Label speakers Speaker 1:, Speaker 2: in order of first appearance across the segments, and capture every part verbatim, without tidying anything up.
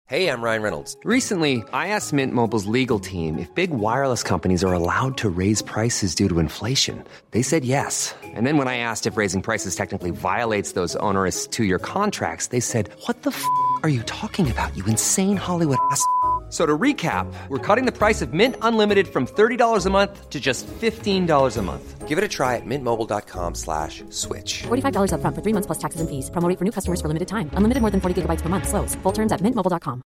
Speaker 1: Hey, I'm Ryan Reynolds.
Speaker 2: Recently, I asked Mint Mobile's legal team if big wireless companies are allowed to raise prices due to inflation. They said yes. And then when I asked if raising prices technically violates those onerous two-year contracts, they said, "What the f*** are you talking about, you insane Hollywood ass?" So to recap, we're cutting the price of Mint Unlimited from thirty dollars a month to just fifteen dollars a month.
Speaker 1: Give it a try at mintmobile.com slash switch.
Speaker 3: forty-five dollars up front for three months plus taxes and fees. Promo rate for new customers for limited time. Unlimited more than forty gigabytes per month. Slows full terms at mint mobile dot com.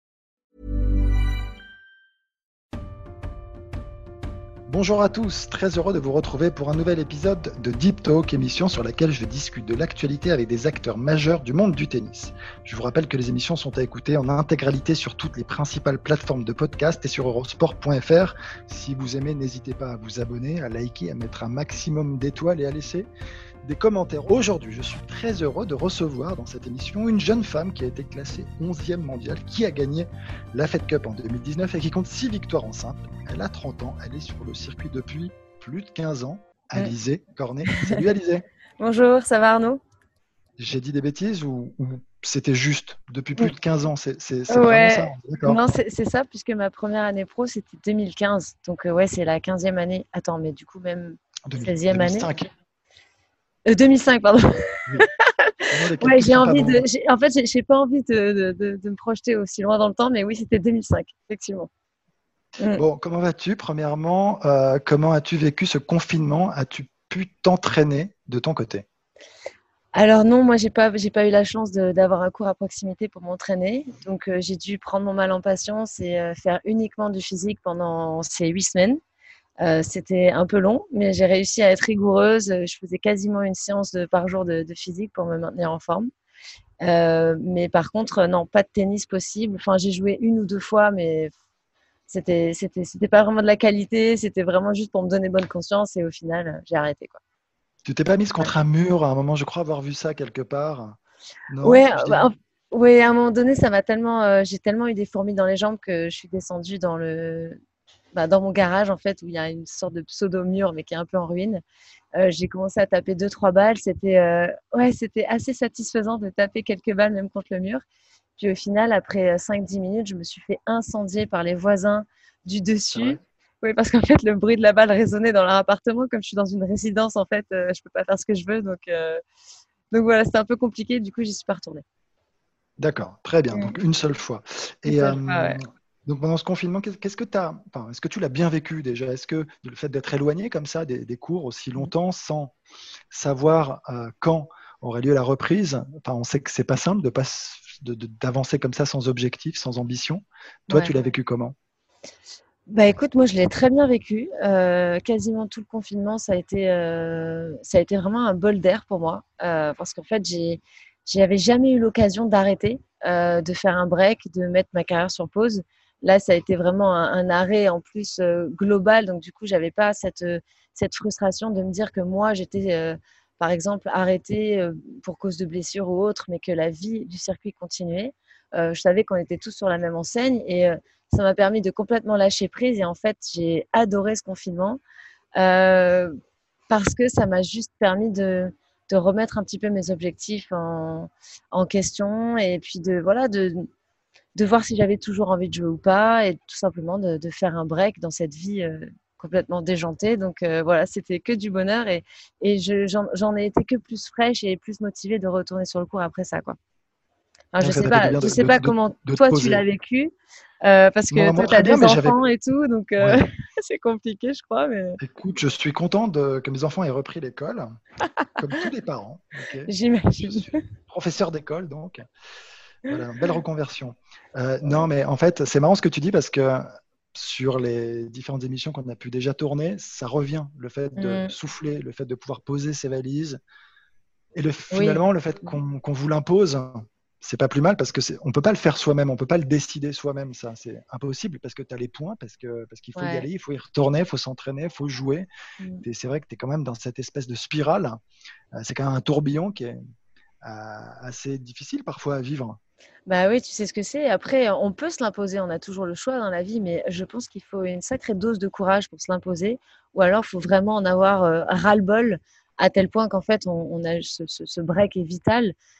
Speaker 4: Bonjour à tous, très heureux de vous retrouver pour un nouvel épisode de Deep Talk, émission sur laquelle je discute de l'actualité avec des acteurs majeurs du monde du tennis. Je vous rappelle que les émissions sont à écouter en intégralité sur toutes les principales plateformes de podcast et sur eurosport point f r. Si vous aimez, n'hésitez pas à vous abonner, à liker, à mettre un maximum d'étoiles et à laisser des commentaires. Aujourd'hui, je suis très heureux de recevoir dans cette émission une jeune femme qui a été classée onzième mondiale, qui a gagné la Fed Cup en deux mille dix-neuf et qui compte six victoires en simple. Elle a trente ans, elle est sur le circuit depuis plus de quinze ans. Alizé Cornet. Salut Alizé.
Speaker 5: Bonjour, ça va Arnaud?
Speaker 4: J'ai dit des bêtises ou, ou c'était juste depuis plus de quinze ans? C'est, c'est, c'est
Speaker 5: ouais.
Speaker 4: vraiment ça? D'accord.
Speaker 5: Non, c'est, c'est ça, puisque ma première année pro, c'était deux mille quinze. Donc euh, ouais, c'est la quinzième année. Attends, mais du coup même seizième année. deux mille cinq. Euh, deux mille cinq, pardon. Oui. Ouais, j'ai envie de. J'ai, en fait, j'ai, j'ai pas envie de, de, de, de me projeter aussi loin dans le temps, mais oui, c'était deux mille cinq, effectivement.
Speaker 4: Mm. Bon, comment vas-tu? Premièrement, euh, comment as-tu vécu ce confinement? As-tu pu t'entraîner de ton côté?
Speaker 5: Alors non, moi j'ai pas, j'ai pas eu la chance de, d'avoir un cours à proximité pour m'entraîner, donc euh, j'ai dû prendre mon mal en patience et euh, faire uniquement du physique pendant ces huit semaines. Euh, c'était un peu long, mais j'ai réussi à être rigoureuse. Je faisais quasiment une séance de, par jour de, de physique pour me maintenir en forme. Euh, mais par contre, non, pas de tennis possible. Enfin, j'ai joué une ou deux fois, mais c'était, c'était, c'était pas vraiment de la qualité. C'était vraiment juste pour me donner bonne conscience. Et au final, j'ai arrêté, quoi.
Speaker 4: Tu t'es pas mise contre un mur à un moment? Je crois avoir vu ça quelque part. Non,
Speaker 5: ouais, bah, ouais, à un moment donné, ça m'a tellement, euh, j'ai tellement eu des fourmis dans les jambes que je suis descendue dans le Bah, dans mon garage en fait où il y a une sorte de pseudo-mur mais qui est un peu en ruine. Euh, j'ai commencé à taper deux trois balles. C'était, euh, ouais, c'était assez satisfaisant de taper quelques balles même contre le mur. Puis au final, après cinq dix minutes, je me suis fait incendier par les voisins du dessus. Oui, parce qu'en fait, le bruit de la balle résonnait dans leur appartement. Comme je suis dans une résidence, en fait, euh, je peux pas faire ce que je veux. Donc, euh... donc voilà, c'était un peu compliqué. Du coup, j'y suis pas retournée.
Speaker 4: D'accord, très bien. Donc une seule fois.
Speaker 5: Une
Speaker 4: Et
Speaker 5: seule
Speaker 4: euh,
Speaker 5: fois, ouais.
Speaker 4: Donc pendant ce confinement, qu'est-ce que tu as, enfin, est-ce que tu l'as bien vécu déjà? Est-ce que le fait d'être éloigné comme ça des, des cours aussi longtemps sans savoir euh, quand aurait lieu la reprise, enfin, on sait que c'est pas simple de pas, de, de, d'avancer comme ça sans objectif, sans ambition. Toi,
Speaker 5: Ouais.
Speaker 4: tu l'as vécu comment?
Speaker 5: Bah écoute, moi je l'ai très bien vécu. Euh, quasiment tout le confinement, ça a été, euh, ça a été vraiment un bol d'air pour moi, euh, parce qu'en fait, j'ai, j'avais jamais eu l'occasion d'arrêter, euh, de faire un break, de mettre ma carrière sur pause. Là, ça a été vraiment un, un arrêt en plus euh, global, donc du coup, j'avais pas cette cette frustration de me dire que moi j'étais, euh, par exemple, arrêtée euh, pour cause de blessure ou autre, mais que la vie du circuit continuait. Euh, je savais qu'on était tous sur la même enseigne et euh, ça m'a permis de complètement lâcher prise et en fait, j'ai adoré ce confinement euh, parce que ça m'a juste permis de, de remettre un petit peu mes objectifs en, en question et puis de, voilà, de, de voir si j'avais toujours envie de jouer ou pas et tout simplement de, de faire un break dans cette vie euh, complètement déjantée. Donc euh, voilà, c'était que du bonheur et, et je, j'en, j'en ai été que plus fraîche et plus motivée de retourner sur le cours après ça, quoi. Alors, je sais pas, je sais pas comment toi tu l'as vécu, euh, parce que toi tu as des enfants et tout, donc euh, ouais. C'est compliqué, je crois. Mais...
Speaker 4: Écoute, je suis content de, que mes enfants aient repris l'école, comme tous les parents. Okay.
Speaker 5: J'imagine.
Speaker 4: Je suis professeur d'école, donc voilà, belle reconversion. Euh, non, mais en fait, c'est marrant ce que tu dis parce que sur les différentes émissions qu'on a pu déjà tourner, ça revient, le fait de mmh. souffler, le fait de pouvoir poser ses valises, et le, finalement oui. le fait qu'on, qu'on vous l'impose. C'est pas plus mal parce que c'est, on peut pas le faire soi-même, on peut pas le décider soi-même, ça c'est impossible parce que tu as les points, parce que parce qu'il faut ouais. y aller, il faut y retourner, il faut s'entraîner, il faut jouer. Mm. Et c'est vrai que tu es quand même dans cette espèce de spirale. Euh, c'est quand même un tourbillon qui est euh, assez difficile parfois à vivre.
Speaker 5: Bah oui, tu sais ce que c'est. Après, on peut se l'imposer, on a toujours le choix dans la vie, mais je pense qu'il faut une sacrée dose de courage pour se l'imposer, ou alors il faut vraiment en avoir euh, ras-le-bol à tel point qu'en fait on, on a ce, ce, ce break est vital.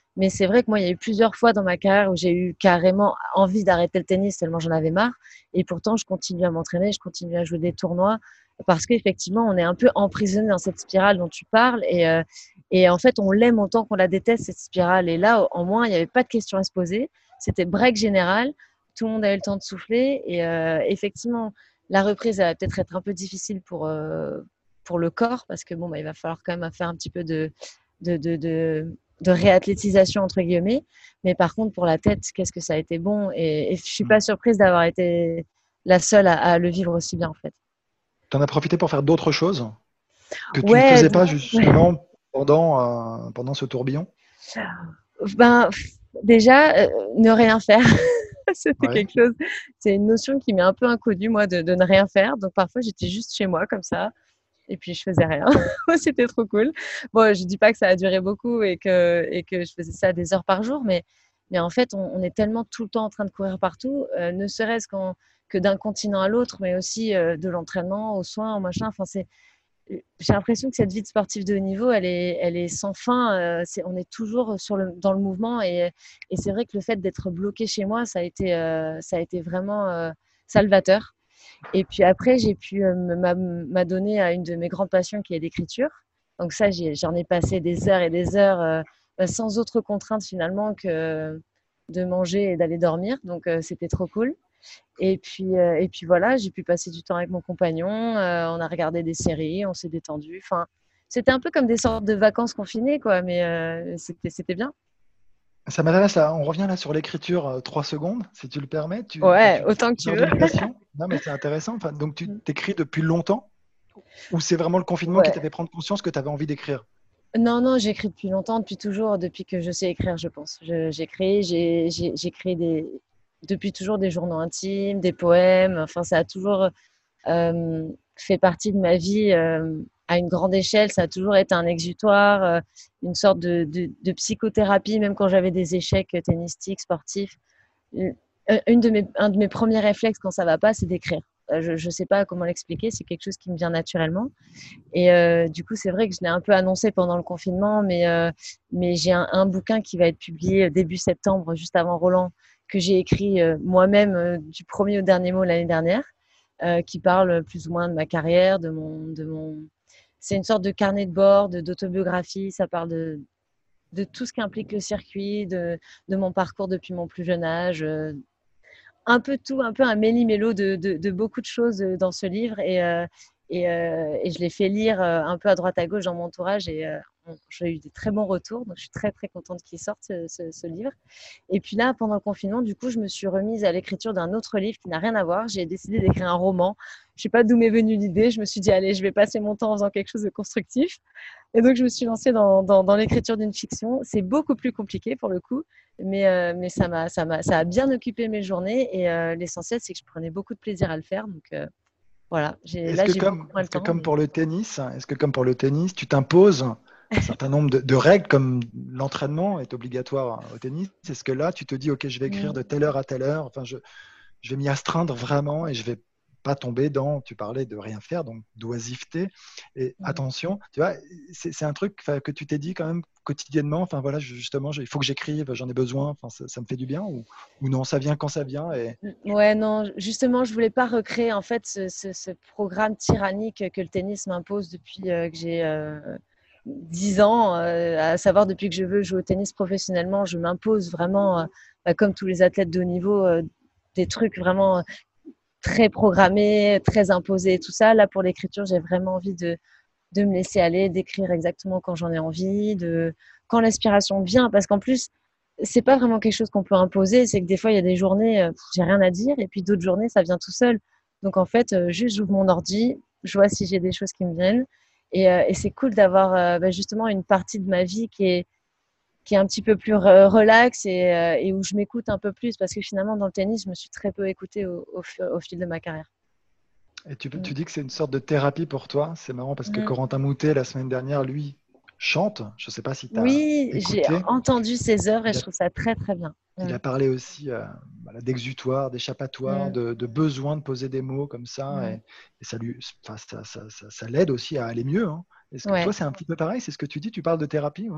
Speaker 5: Mais c'est vrai que moi, il y a eu plusieurs fois dans ma carrière où j'ai eu carrément envie d'arrêter le tennis tellement j'en avais marre. Et pourtant, je continue à m'entraîner, je continue à jouer des tournois parce qu'effectivement, on est un peu emprisonné dans cette spirale dont tu parles. Et, euh, et en fait, on l'aime autant qu'on la déteste, cette spirale. Et là, au moins, il n'y avait pas de questions à se poser. C'était break général. Tout le monde avait le temps de souffler. Et euh, effectivement, la reprise, elle va peut-être être un peu difficile pour, euh, pour le corps parce que bon, bah, il va falloir quand même faire un petit peu de, de, de, de, de réathlétisation, entre guillemets. Mais par contre, pour la tête, qu'est-ce que ça a été bon. Et, et je ne suis pas surprise d'avoir été la seule à, à le vivre aussi bien, en fait.
Speaker 4: Tu en as profité pour faire d'autres choses que tu ne
Speaker 5: Ouais,
Speaker 4: faisais pas
Speaker 5: ouais.
Speaker 4: justement pendant, euh, pendant ce tourbillon?
Speaker 5: Ben, déjà, euh, ne rien faire. C'était
Speaker 4: Ouais.
Speaker 5: quelque chose, c'est une notion qui m'est un peu inconnue, moi, de, de ne rien faire. Donc, parfois, j'étais juste chez moi, comme ça, et puis je faisais rien. C'était trop cool. Bon, je dis pas que ça a duré beaucoup et que, et que je faisais ça des heures par jour, mais, mais en fait, on, on est tellement tout le temps en train de courir partout, euh, ne serait-ce qu'en, que d'un continent à l'autre, mais aussi euh, de l'entraînement aux soins, au machin. Enfin, c'est, j'ai l'impression que cette vie de sportif de haut niveau, elle est, elle est sans fin. Euh, c'est, on est toujours sur le, dans le mouvement. Et, et c'est vrai que le fait d'être bloqué chez moi, ça a été, euh, ça a été vraiment euh, salvateur. Et puis après, j'ai pu euh, m'adonner à une de mes grandes passions qui est l'écriture. Donc ça, j'ai, j'en ai passé des heures et des heures euh, sans autre contrainte finalement que de manger et d'aller dormir. Donc euh, c'était trop cool. Et puis, euh, et puis voilà, j'ai pu passer du temps avec mon compagnon. Euh, on a regardé des séries, on s'est détendu. Enfin, c'était un peu comme des sortes de vacances confinées, quoi. Mais euh, c'était, c'était bien.
Speaker 4: Ça m'intéresse, là. On revient là sur l'écriture, euh, trois secondes, si tu le permets. Tu, enfin,
Speaker 5: Ouais,
Speaker 4: tu,
Speaker 5: autant que
Speaker 4: tu
Speaker 5: tu
Speaker 4: sors
Speaker 5: veux.
Speaker 4: d'une passion. Non, mais c'est intéressant. Enfin, donc, tu t'écris depuis longtemps ou c'est vraiment le confinement qui
Speaker 5: Ouais.
Speaker 4: t'a fait prendre conscience que tu avais envie d'écrire?
Speaker 5: Non, non, j'écris depuis longtemps, depuis toujours, depuis que je sais écrire, je pense. Je, j'écris, j'ai, j'ai, j'écris des, depuis toujours des journaux intimes, des poèmes. Enfin, ça a toujours euh, fait partie de ma vie euh, à une grande échelle. Ça a toujours été un exutoire, euh, une sorte de, de, de psychothérapie, même quand j'avais des échecs tennistiques, sportifs. Une une de mes, un de mes premiers réflexes quand ça va pas, c'est d'écrire. Euh, Je ne sais pas comment l'expliquer, c'est quelque chose qui me vient naturellement. Et euh, du coup, c'est vrai que je l'ai un peu annoncé pendant le confinement, mais, euh, mais j'ai un, un bouquin qui va être publié début septembre, juste avant Roland, que j'ai écrit euh, moi-même euh, du premier au dernier mot l'année dernière, euh, qui parle plus ou moins de ma carrière, de mon, de mon... C'est une sorte de carnet de bord, de, d'autobiographie. Ça parle de, de tout ce qui implique le circuit, de, de mon parcours depuis mon plus jeune âge. Euh, un peu tout, un peu un méli-mélo de, de, de beaucoup de choses dans ce livre. Et, euh, et, euh, et je l'ai fait lire euh, un peu à droite à gauche dans mon entourage. Et euh, j'ai eu des très bons retours. Donc, je suis très, très contente qu'il sorte ce, ce, ce livre. Et puis là, pendant le confinement, du coup, je me suis remise à l'écriture d'un autre livre qui n'a rien à voir. J'ai décidé d'écrire un roman. Je ne sais pas d'où m'est venue l'idée. Je me suis dit, allez, je vais passer mon temps en faisant quelque chose de constructif. Et donc, je me suis lancée dans, dans, dans l'écriture d'une fiction. C'est beaucoup plus compliqué pour le coup, mais, euh, mais ça, m'a, ça, m'a, ça a bien occupé mes journées. Et euh, l'essentiel, c'est que je prenais beaucoup de plaisir à le faire. Donc, euh, voilà, j'ai,
Speaker 4: Est-ce
Speaker 5: là,
Speaker 4: que
Speaker 5: j'ai beaucoup
Speaker 4: comme,
Speaker 5: moins le
Speaker 4: est-ce que
Speaker 5: temps.
Speaker 4: comme
Speaker 5: Mais...
Speaker 4: pour le tennis, est-ce que comme pour le tennis, tu t'imposes un certain nombre de, de règles comme l'entraînement est obligatoire au tennis? Est-ce que là, tu te dis, OK, je vais écrire de telle heure à telle heure, enfin, je, je vais m'y astreindre vraiment et je vais pas tomber dans, tu parlais de rien faire, donc d'oisiveté. Et attention, tu vois, c'est, c'est un truc que tu t'es dit quand même quotidiennement, enfin voilà, justement, il faut que j'écrive, j'en ai besoin, enfin, ça, ça me fait du bien ou, ou non, ça vient quand ça vient et...
Speaker 5: Ouais, non, justement, je voulais pas recréer en fait ce, ce, ce programme tyrannique que le tennis m'impose depuis euh, que j'ai euh, dix ans, euh, à savoir depuis que je veux jouer au tennis professionnellement, je m'impose vraiment, euh, bah, comme tous les athlètes de haut niveau, euh, des trucs vraiment très programmés, très imposés, tout ça. Là, pour l'écriture, j'ai vraiment envie de, de me laisser aller, d'écrire exactement quand j'en ai envie, de quand l'inspiration vient, parce qu'en plus, c'est pas vraiment quelque chose qu'on peut imposer. C'est que des fois, il y a des journées, euh, j'ai rien à dire, et puis d'autres journées, ça vient tout seul. Donc en fait, euh, juste j'ouvre mon ordi, je vois si j'ai des choses qui me viennent, et, euh, et c'est cool d'avoir euh, bah, justement une partie de ma vie qui est qui est un petit peu plus re- relax et, euh, et où je m'écoute un peu plus, parce que finalement, dans le tennis, je me suis très peu écoutée au, au, fi- au fil de ma carrière.
Speaker 4: Et tu,
Speaker 5: Mm.
Speaker 4: tu dis que c'est une sorte de thérapie pour toi. C'est marrant parce que
Speaker 5: Mm.
Speaker 4: Corentin Moutet, la semaine dernière, lui, chante. Je ne sais pas si tu as
Speaker 5: Oui, j'ai
Speaker 4: écouté.
Speaker 5: entendu ces œuvres et
Speaker 4: Il
Speaker 5: je
Speaker 4: a,
Speaker 5: trouve ça très, très bien.
Speaker 4: il
Speaker 5: Mm.
Speaker 4: a parlé aussi euh, voilà, d'exutoire, d'échappatoire,
Speaker 5: Mm.
Speaker 4: de, de besoin de poser des mots comme ça. Et,
Speaker 5: Mm.
Speaker 4: et ça, lui, enfin, ça, ça, ça, ça l'aide aussi à aller mieux. Hein. Est-ce que toi,
Speaker 5: Ouais.
Speaker 4: c'est un petit peu pareil? C'est ce que tu dis? Tu parles de thérapie, ouais?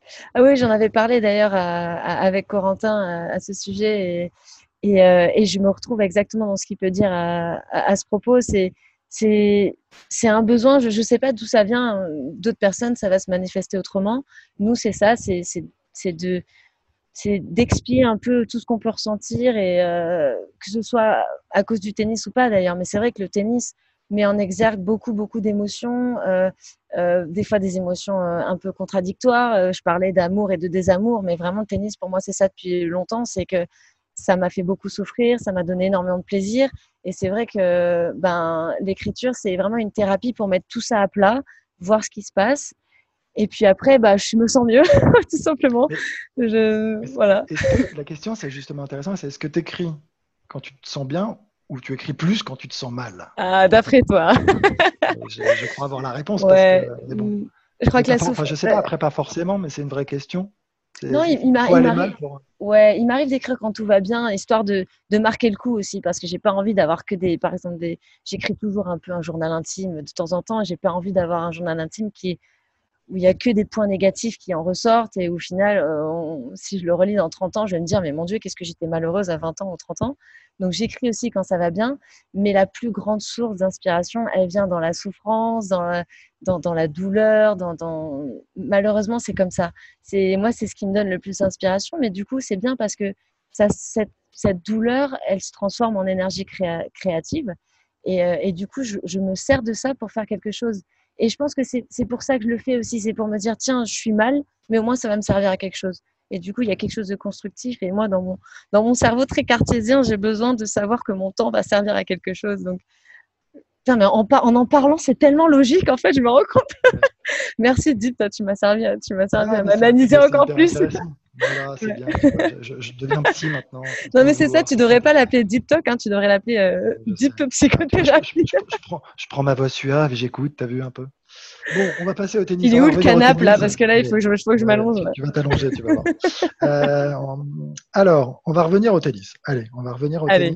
Speaker 5: Ah oui, j'en avais parlé d'ailleurs à- à- avec Corentin à, à ce sujet et, et, euh, et je me retrouve exactement dans ce qu'il peut dire à, à- à ce propos. C'est, c'est, c'est un besoin, je ne sais pas d'où ça vient. D'autres personnes, ça va se manifester autrement. Nous, c'est ça, c'est, c'est, c'est de, c'est d'expier un peu tout ce qu'on peut ressentir et euh, que ce soit à cause du tennis ou pas d'ailleurs. Mais c'est vrai que le tennis met en exergue beaucoup, beaucoup d'émotions, euh, euh, des fois des émotions euh, un peu contradictoires. Euh, je parlais d'amour et de désamour, mais vraiment le tennis pour moi c'est ça depuis longtemps, c'est que ça m'a fait beaucoup souffrir, ça m'a donné énormément de plaisir. Et c'est vrai que ben, l'écriture, c'est vraiment une thérapie pour mettre tout ça à plat, voir ce qui se passe. Et puis après, bah, je me sens mieux, tout simplement.
Speaker 4: Mais
Speaker 5: Je,
Speaker 4: est-ce
Speaker 5: voilà.
Speaker 4: est-ce que la question, c'est justement intéressant, c'est est-ce que tu écris quand tu te sens bien ou tu écris plus quand tu te sens mal?
Speaker 5: Ah, d'après toi.
Speaker 4: Euh, Je, je crois avoir la réponse parce que,
Speaker 5: Ouais.
Speaker 4: mais bon,
Speaker 5: Mm. Je crois
Speaker 4: c'est
Speaker 5: que
Speaker 4: pas
Speaker 5: la
Speaker 4: for- enfin,
Speaker 5: souffrance.
Speaker 4: je sais pas, après, pas forcément, mais c'est une vraie question. C'est,
Speaker 5: Non, il, il
Speaker 4: il
Speaker 5: m'a-
Speaker 4: faut
Speaker 5: il
Speaker 4: aller
Speaker 5: m'arrive.
Speaker 4: mal pour.
Speaker 5: Ouais, il m'arrive d'écrire quand tout va bien, histoire de, de marquer le coup aussi, parce que j'ai pas envie d'avoir que des, par exemple, des. J'écris toujours un peu un journal intime de temps en temps, et j'ai pas envie d'avoir un journal intime qui où il y a que des points négatifs qui en ressortent et au final, euh, on- si je le relis dans trente ans, je vais me dire, mais mon Dieu, qu'est-ce que j'étais malheureuse à vingt ans ou trente ans. Donc j'écris aussi quand ça va bien, mais la plus grande source d'inspiration, elle vient dans la souffrance, dans la, dans, dans la douleur, dans, dans... malheureusement, c'est comme ça. C'est, moi, c'est ce qui me donne le plus d'inspiration, mais du coup, c'est bien parce que ça, cette, cette douleur, elle se transforme en énergie créa- créative. Et, euh, et du coup, je, je me sers de ça pour faire quelque chose. Et je pense que c'est c'est pour ça que je le fais aussi. C'est pour me dire, tiens, je suis mal, mais au moins ça va me servir à quelque chose. Et du coup, il y a quelque chose de constructif. Et moi, dans mon, dans mon cerveau très cartésien, j'ai besoin de savoir que mon temps va servir à quelque chose. Donc, putain, mais en, en en parlant, c'est tellement logique. En fait, je me rends compte. Merci, Deep, toi, tu m'as servi, à- tu m'as servi
Speaker 4: Non,
Speaker 5: à
Speaker 4: mais c'est
Speaker 5: m'analyser
Speaker 4: mais c'est
Speaker 5: encore
Speaker 4: hyper
Speaker 5: plus.
Speaker 4: intéressant. Voilà, c'est
Speaker 5: Ouais.
Speaker 4: bien. Tu vois, je, je- je deviens petit maintenant,
Speaker 5: Non,
Speaker 4: sans
Speaker 5: mais
Speaker 4: le
Speaker 5: c'est ça,
Speaker 4: vouloir.
Speaker 5: tu
Speaker 4: C'est
Speaker 5: devrais pas
Speaker 4: sympa.
Speaker 5: l'appeler Deep Talk, hein, tu devrais l'appeler euh,
Speaker 4: Je sais.
Speaker 5: Deep
Speaker 4: Tu vois, je, je-
Speaker 5: Psychothérapie.
Speaker 4: je- je prends, je prends ma voix suave et j'écoute. T'as vu un peu? Bon, on va passer au tennis.
Speaker 5: Il
Speaker 4: On
Speaker 5: est
Speaker 4: va
Speaker 5: où le
Speaker 4: revenir au
Speaker 5: canapé là?
Speaker 4: tennis.
Speaker 5: Parce que là, il faut
Speaker 4: Allez,
Speaker 5: que je, il faut que je
Speaker 4: ouais,
Speaker 5: m'allonge.
Speaker 4: tu,
Speaker 5: Là.
Speaker 4: tu vas t'allonger, tu vas voir. Euh, on- alors, on va revenir au tennis. Allez, on va revenir au
Speaker 5: Allez.
Speaker 4: tennis.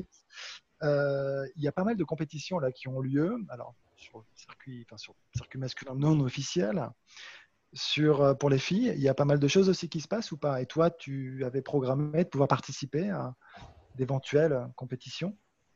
Speaker 4: Euh, Il y a pas mal de compétitions là qui ont lieu. Alors, sur le circuit, enfin, sur le circuit masculin non officiel. Sur, euh, pour les filles, il y a pas mal de choses aussi qui se passent ou pas? Et toi, tu avais programmé de pouvoir participer à d'éventuelles euh, compétitions?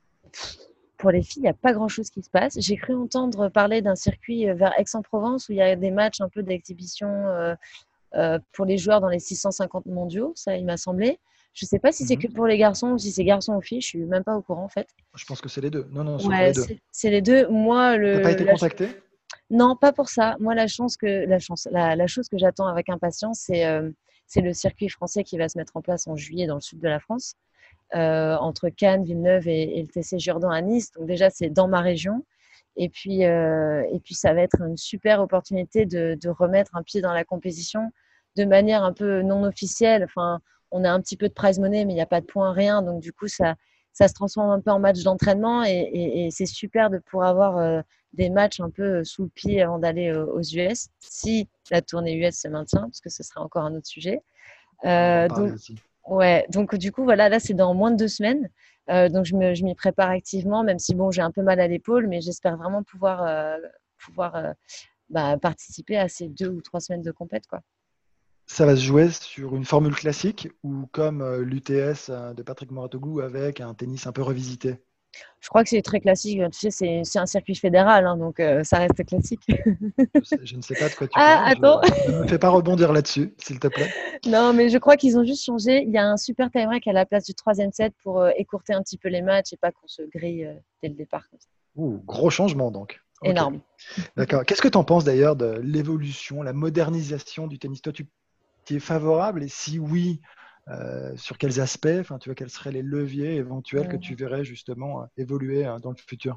Speaker 5: Pour les filles, il n'y a pas grand-chose qui se passe. J'ai cru entendre parler d'un circuit euh, vers Aix-en-Provence où il y a des matchs un peu d'exhibition euh, euh, pour les joueurs dans les six cent cinquante mondiaux, ça il m'a semblé. Je ne sais pas si c'est
Speaker 4: Mhm.
Speaker 5: que pour les garçons ou si c'est garçons ou filles, je suis même pas au courant en fait.
Speaker 4: Je pense que c'est les deux. Non, non, c'est pour
Speaker 5: Ouais,
Speaker 4: les deux.
Speaker 5: c'est c'est les deux. Moi,
Speaker 4: T'as pas
Speaker 5: le,
Speaker 4: été
Speaker 5: la ch-
Speaker 4: contacté?
Speaker 5: non, pas pour ça. Moi, la chance que la chance, la, la chose que j'attends avec impatience, c'est euh, c'est le circuit français qui va se mettre en place en juillet dans le sud de la France, euh, entre Cannes, Villeneuve et, et le T C Jourdan à Nice. Donc déjà, c'est dans ma région. Et puis, euh, et puis, ça va être une super opportunité de, de remettre un pied dans la compétition de manière un peu non officielle. Enfin, on a un petit peu de prize money, mais il n'y a pas de points, rien. Donc, du coup, ça, ça se transforme un peu en match d'entraînement et, et, et c'est super de pouvoir avoir euh, des matchs un peu sous le pied avant d'aller aux, aux U S, si la tournée U S se maintient, parce que ce sera encore un autre sujet.
Speaker 4: Ah, on va en
Speaker 5: Euh,
Speaker 4: parler
Speaker 5: donc,
Speaker 4: aussi.
Speaker 5: ouais, donc du coup, voilà, là, c'est dans moins de deux semaines. Euh, donc, je me, je m'y prépare activement, même si, bon, j'ai un peu mal à l'épaule, mais j'espère vraiment pouvoir, euh, pouvoir euh, bah, participer à ces deux ou trois semaines de compète, quoi.
Speaker 4: Ça va se jouer sur une formule classique ou comme euh, l'U T S euh, de Patrick Mouratoglou avec un tennis un peu revisité?
Speaker 5: Je crois que c'est très classique. Tu sais, c'est, c'est un circuit fédéral, hein, donc euh, ça reste classique.
Speaker 4: Je, sais- je ne sais pas de quoi tu
Speaker 5: Ah,
Speaker 4: parles. Je,
Speaker 5: attends.
Speaker 4: ne me fais pas rebondir là-dessus, s'il te plaît.
Speaker 5: Non, mais je crois qu'ils ont juste changé. Il y a un super time-break à la place du troisième set pour euh, écourter un petit peu les matchs et pas qu'on se grille euh, dès le départ. Comme ça.
Speaker 4: Ouh, gros changement donc. Ok,
Speaker 5: Énorme.
Speaker 4: d'accord. Qu'est-ce que tu en penses d'ailleurs de l'évolution, la modernisation du tennis? Toi, tu y es favorable et si oui, euh, sur quels aspects? Enfin, tu vois, quels seraient les leviers éventuels que tu
Speaker 5: Mhm.
Speaker 4: verrais justement euh, évoluer euh, dans le futur?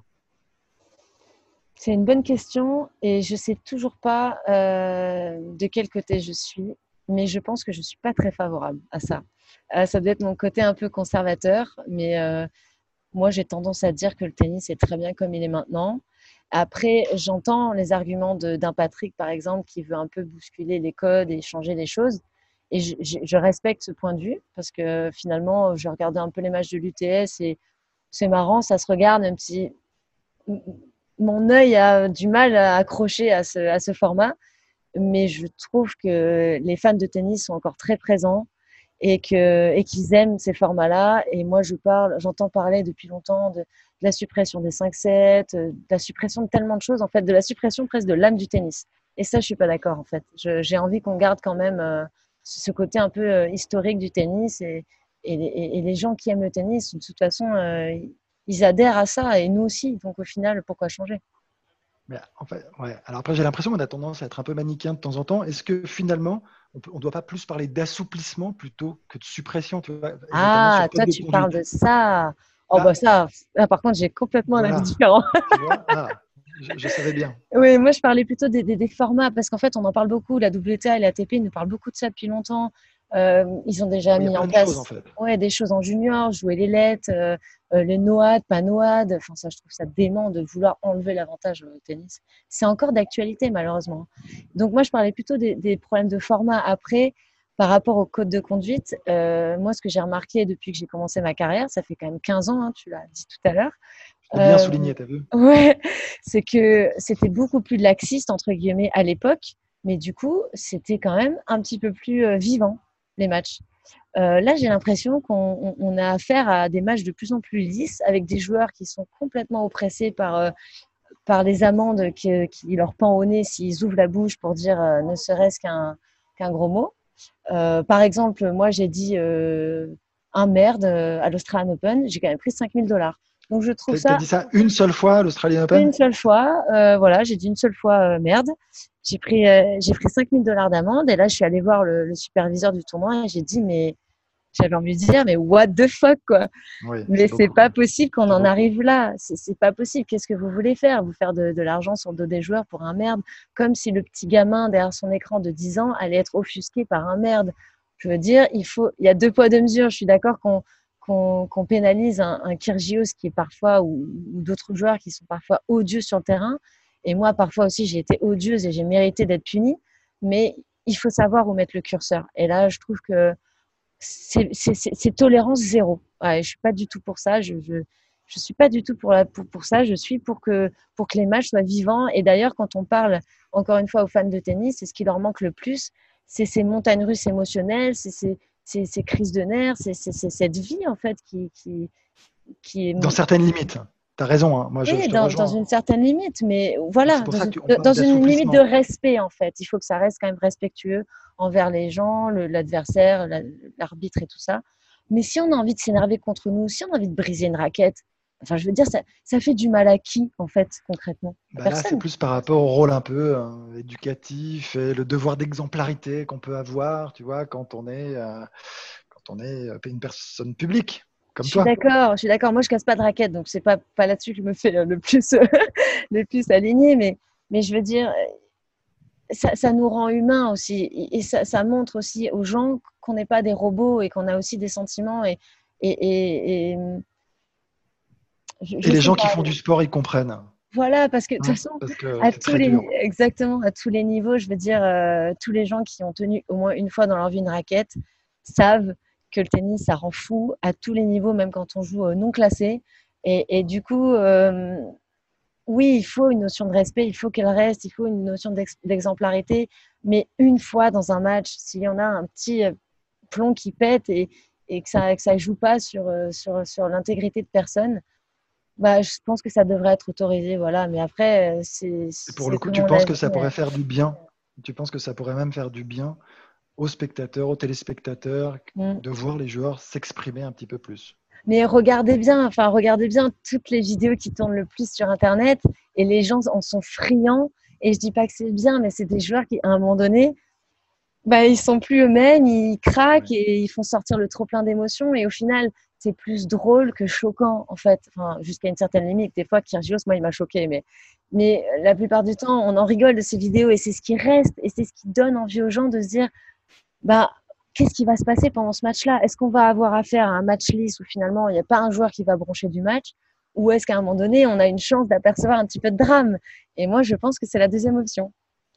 Speaker 5: C'est une bonne question et je sais toujours pas euh, de quel côté je suis, mais je pense que je suis pas très favorable à ça. Euh, ça doit être mon côté un peu conservateur, mais euh, moi j'ai tendance à dire que le tennis est très bien comme il est maintenant. Après, j'entends les arguments de, d'un Patrick, par exemple, qui veut un peu bousculer les codes et changer les choses. Et je, je, je respecte ce point de vue parce que finalement, j'ai regardé un peu les matchs de l'U T S et c'est marrant, ça se regarde, même si mon œil a du mal à accrocher à ce, à ce format. mais je trouve que les fans de tennis sont encore très présents et que et qu'ils aiment ces formats-là. Et moi, je parle, j'entends parler depuis longtemps de, de la suppression des cinq sept, de la suppression de tellement de choses, en fait, de la suppression presque de l'âme du tennis. Et ça, je suis pas d'accord, en fait. Je, j'ai envie qu'on garde quand même euh, ce côté un peu euh, historique du tennis et, et, et, et les gens qui aiment le tennis, de toute façon, euh, ils adhèrent à ça et nous aussi. Donc, au final, pourquoi changer?
Speaker 4: Mais en fait, ouais. Alors après, j'ai l'impression qu'on a tendance à être un peu manichéen de temps en temps. Est-ce que finalement, on ne doit pas plus parler d'assouplissement plutôt que de suppression, tu vois, et notamment sur
Speaker 5: Ah,
Speaker 4: le code
Speaker 5: toi,
Speaker 4: de
Speaker 5: tu parles
Speaker 4: conduite?
Speaker 5: de ça. Oh,
Speaker 4: Bah,
Speaker 5: bah ça, là, par contre, j'ai complètement un avis
Speaker 4: voilà,
Speaker 5: différent.
Speaker 4: tu vois. Ah, je, je savais bien.
Speaker 5: Oui, moi je parlais plutôt des, des- des formats parce qu'en fait on en parle beaucoup. La W T A et la A T P nous parlent beaucoup de ça depuis longtemps. Euh, ils ont déjà
Speaker 4: Oui, il y a
Speaker 5: mis en
Speaker 4: plein de choses en
Speaker 5: place
Speaker 4: fait.
Speaker 5: ouais, des choses en junior, jouer les lettres, euh, euh, le NOAD, pas NOAD. Enfin, ça, je trouve ça dément de vouloir enlever l'avantage au tennis. C'est encore d'actualité malheureusement. Donc moi je parlais plutôt des, des problèmes de format après. Par rapport au code de conduite, euh, moi ce que j'ai remarqué depuis que j'ai commencé ma carrière, ça fait quand même quinze ans, hein, tu l'as dit tout à l'heure,
Speaker 4: C'est bien
Speaker 5: euh,
Speaker 4: souligné, t'as vu?
Speaker 5: ouais, c'est que c'était beaucoup plus laxiste, entre guillemets, à l'époque, mais du coup, c'était quand même un petit peu plus euh, vivant, les matchs. Euh, là, j'ai l'impression qu'on on- on a affaire à des matchs de plus en plus lisses, avec des joueurs qui sont complètement oppressés par, euh, par les amendes qui, qui leur pendent au nez s'ils ouvrent la bouche pour dire euh, ne serait-ce qu'un qu'un gros mot. Euh, par exemple, moi, j'ai dit euh, un merde euh, à l'Australian Open, j'ai quand même pris cinq mille dollars. Donc, je trouve
Speaker 4: T'as, t'as
Speaker 5: ça
Speaker 4: dit ça une seule fois à l'Australian
Speaker 5: une
Speaker 4: Open?
Speaker 5: seule fois, euh, voilà, j'ai dit une seule fois euh, merde. J'ai pris, euh, j'ai pris cinq mille dollars d'amende et là, je suis allée voir le, le superviseur du tournoi et j'ai dit, mais j'avais envie de dire, mais what the fuck, quoi.
Speaker 4: Oui,
Speaker 5: Mais
Speaker 4: c'est
Speaker 5: c'est
Speaker 4: beaucoup.
Speaker 5: pas possible qu'on
Speaker 4: C'est
Speaker 5: en
Speaker 4: beaucoup.
Speaker 5: arrive là. C'est, c'est pas possible. Qu'est-ce que vous voulez faire? Vous faire de, de l'argent sur le dos des joueurs pour un merde, comme si le petit gamin derrière son écran de dix ans allait être offusqué par un merde. Je veux dire, il faut, il y a deux poids, deux mesures. Je suis d'accord qu'on, qu'on, qu'on pénalise un, un Kyrgios qui est parfois, ou, ou d'autres joueurs qui sont parfois odieux sur le terrain. Et moi, parfois aussi, j'ai été odieuse et j'ai mérité d'être punie. Mais il faut savoir où mettre le curseur. Et là, je trouve que c'est, c'est, c'est, c'est tolérance zéro. Ouais, je suis pas du tout pour ça. Je, je, je suis pas du tout pour, la, pour, pour ça. Je suis pour que, pour que les matchs soient vivants. Et d'ailleurs, quand on parle, encore une fois, aux fans de tennis, c'est ce qui leur manque le plus. C'est ces montagnes russes émotionnelles, c'est ces, ces, ces crises de nerfs, c'est, c'est, c'est cette vie, en fait, qui, qui, qui est,
Speaker 4: Dans certaines limites. T'as raison, hein. Moi, je, je
Speaker 5: oui,
Speaker 4: te
Speaker 5: dans, dans
Speaker 4: rejoins.
Speaker 5: une certaine limite, mais
Speaker 4: C'est
Speaker 5: voilà,
Speaker 4: pour
Speaker 5: dans
Speaker 4: ça
Speaker 5: une,
Speaker 4: qu'on parle
Speaker 5: dans une limite de
Speaker 4: d'assouplissement.
Speaker 5: respect, en fait. Il faut que ça reste quand même respectueux envers les gens, le, l'adversaire, la, l'arbitre et tout ça. Mais si on a envie de s'énerver contre nous, si on a envie de briser une raquette, enfin, je veux dire, ça, ça fait du mal à qui, en fait, concrètement? À
Speaker 4: Bah là, c'est
Speaker 5: personne.
Speaker 4: plus par rapport au rôle un peu hein, éducatif et le devoir d'exemplarité qu'on peut avoir, tu vois, quand on est, euh, quand on est euh, une personne publique,
Speaker 5: Je
Speaker 4: comme
Speaker 5: suis
Speaker 4: toi.
Speaker 5: d'accord, je suis d'accord. Moi, je casse pas de raquette, donc c'est pas, pas là-dessus que je me fais le plus, le plus aligner. Mais, mais je veux dire, ça, ça nous rend humains aussi. Et, et ça, ça montre aussi aux gens qu'on n'est pas des robots et qu'on a aussi des sentiments. Et, et, et, et je,
Speaker 4: Et
Speaker 5: je
Speaker 4: les
Speaker 5: sais
Speaker 4: gens qui
Speaker 5: pas.
Speaker 4: font du sport, ils comprennent,
Speaker 5: Voilà, parce que de toute
Speaker 4: hein,
Speaker 5: façon,
Speaker 4: parce que
Speaker 5: à
Speaker 4: c'est
Speaker 5: tous
Speaker 4: très
Speaker 5: les,
Speaker 4: dur.
Speaker 5: exactement, à tous les niveaux, je veux dire, euh, tous les gens qui ont tenu au moins une fois dans leur vie une raquette savent que le tennis, ça rend fou à tous les niveaux, même quand on joue euh, non classé. Et, et du coup, euh, oui, il faut une notion de respect, il faut qu'elle reste, il faut une notion d'ex- d'exemplarité. Mais une fois dans un match, s'il y en a un petit euh, plomb qui pète et, et que ça que ça joue pas sur, euh, sur, sur l'intégrité de personne, bah, je pense que ça devrait être autorisé. Voilà. Mais après, euh, c'est,
Speaker 4: Et pour
Speaker 5: c'est
Speaker 4: le coup,
Speaker 5: selon
Speaker 4: tu penses que
Speaker 5: l'avis.
Speaker 4: ça
Speaker 5: euh.
Speaker 4: pourrait faire du bien? Tu penses que ça pourrait même faire du bien aux spectateurs, aux téléspectateurs,
Speaker 5: Mm.
Speaker 4: de voir les joueurs s'exprimer un petit peu plus?
Speaker 5: Mais regardez bien, enfin, regardez bien toutes les vidéos qui tournent le plus sur Internet et les gens en sont friands. Et je dis pas que c'est bien, mais c'est des joueurs qui, à un moment donné, bah, ils sont plus eux-mêmes, ils craquent
Speaker 4: Ouais.
Speaker 5: et ils font sortir le trop plein d'émotions. Et au final, c'est plus drôle que choquant, en fait. Enfin, jusqu'à une certaine limite. Des fois, Kyrgios, moi, il m'a choqué. Mais, mais la plupart du temps, on en rigole de ces vidéos et c'est ce qui reste. Et c'est ce qui donne envie aux gens de se dire, bah, qu'est-ce qui va se passer pendant ce match-là? Est-ce qu'on va avoir affaire à un match lisse où finalement, il n'y a pas un joueur qui va broncher du match? Ou est-ce qu'à un moment donné, on a une chance d'apercevoir un petit peu de drame? Et moi, je pense que c'est la deuxième option.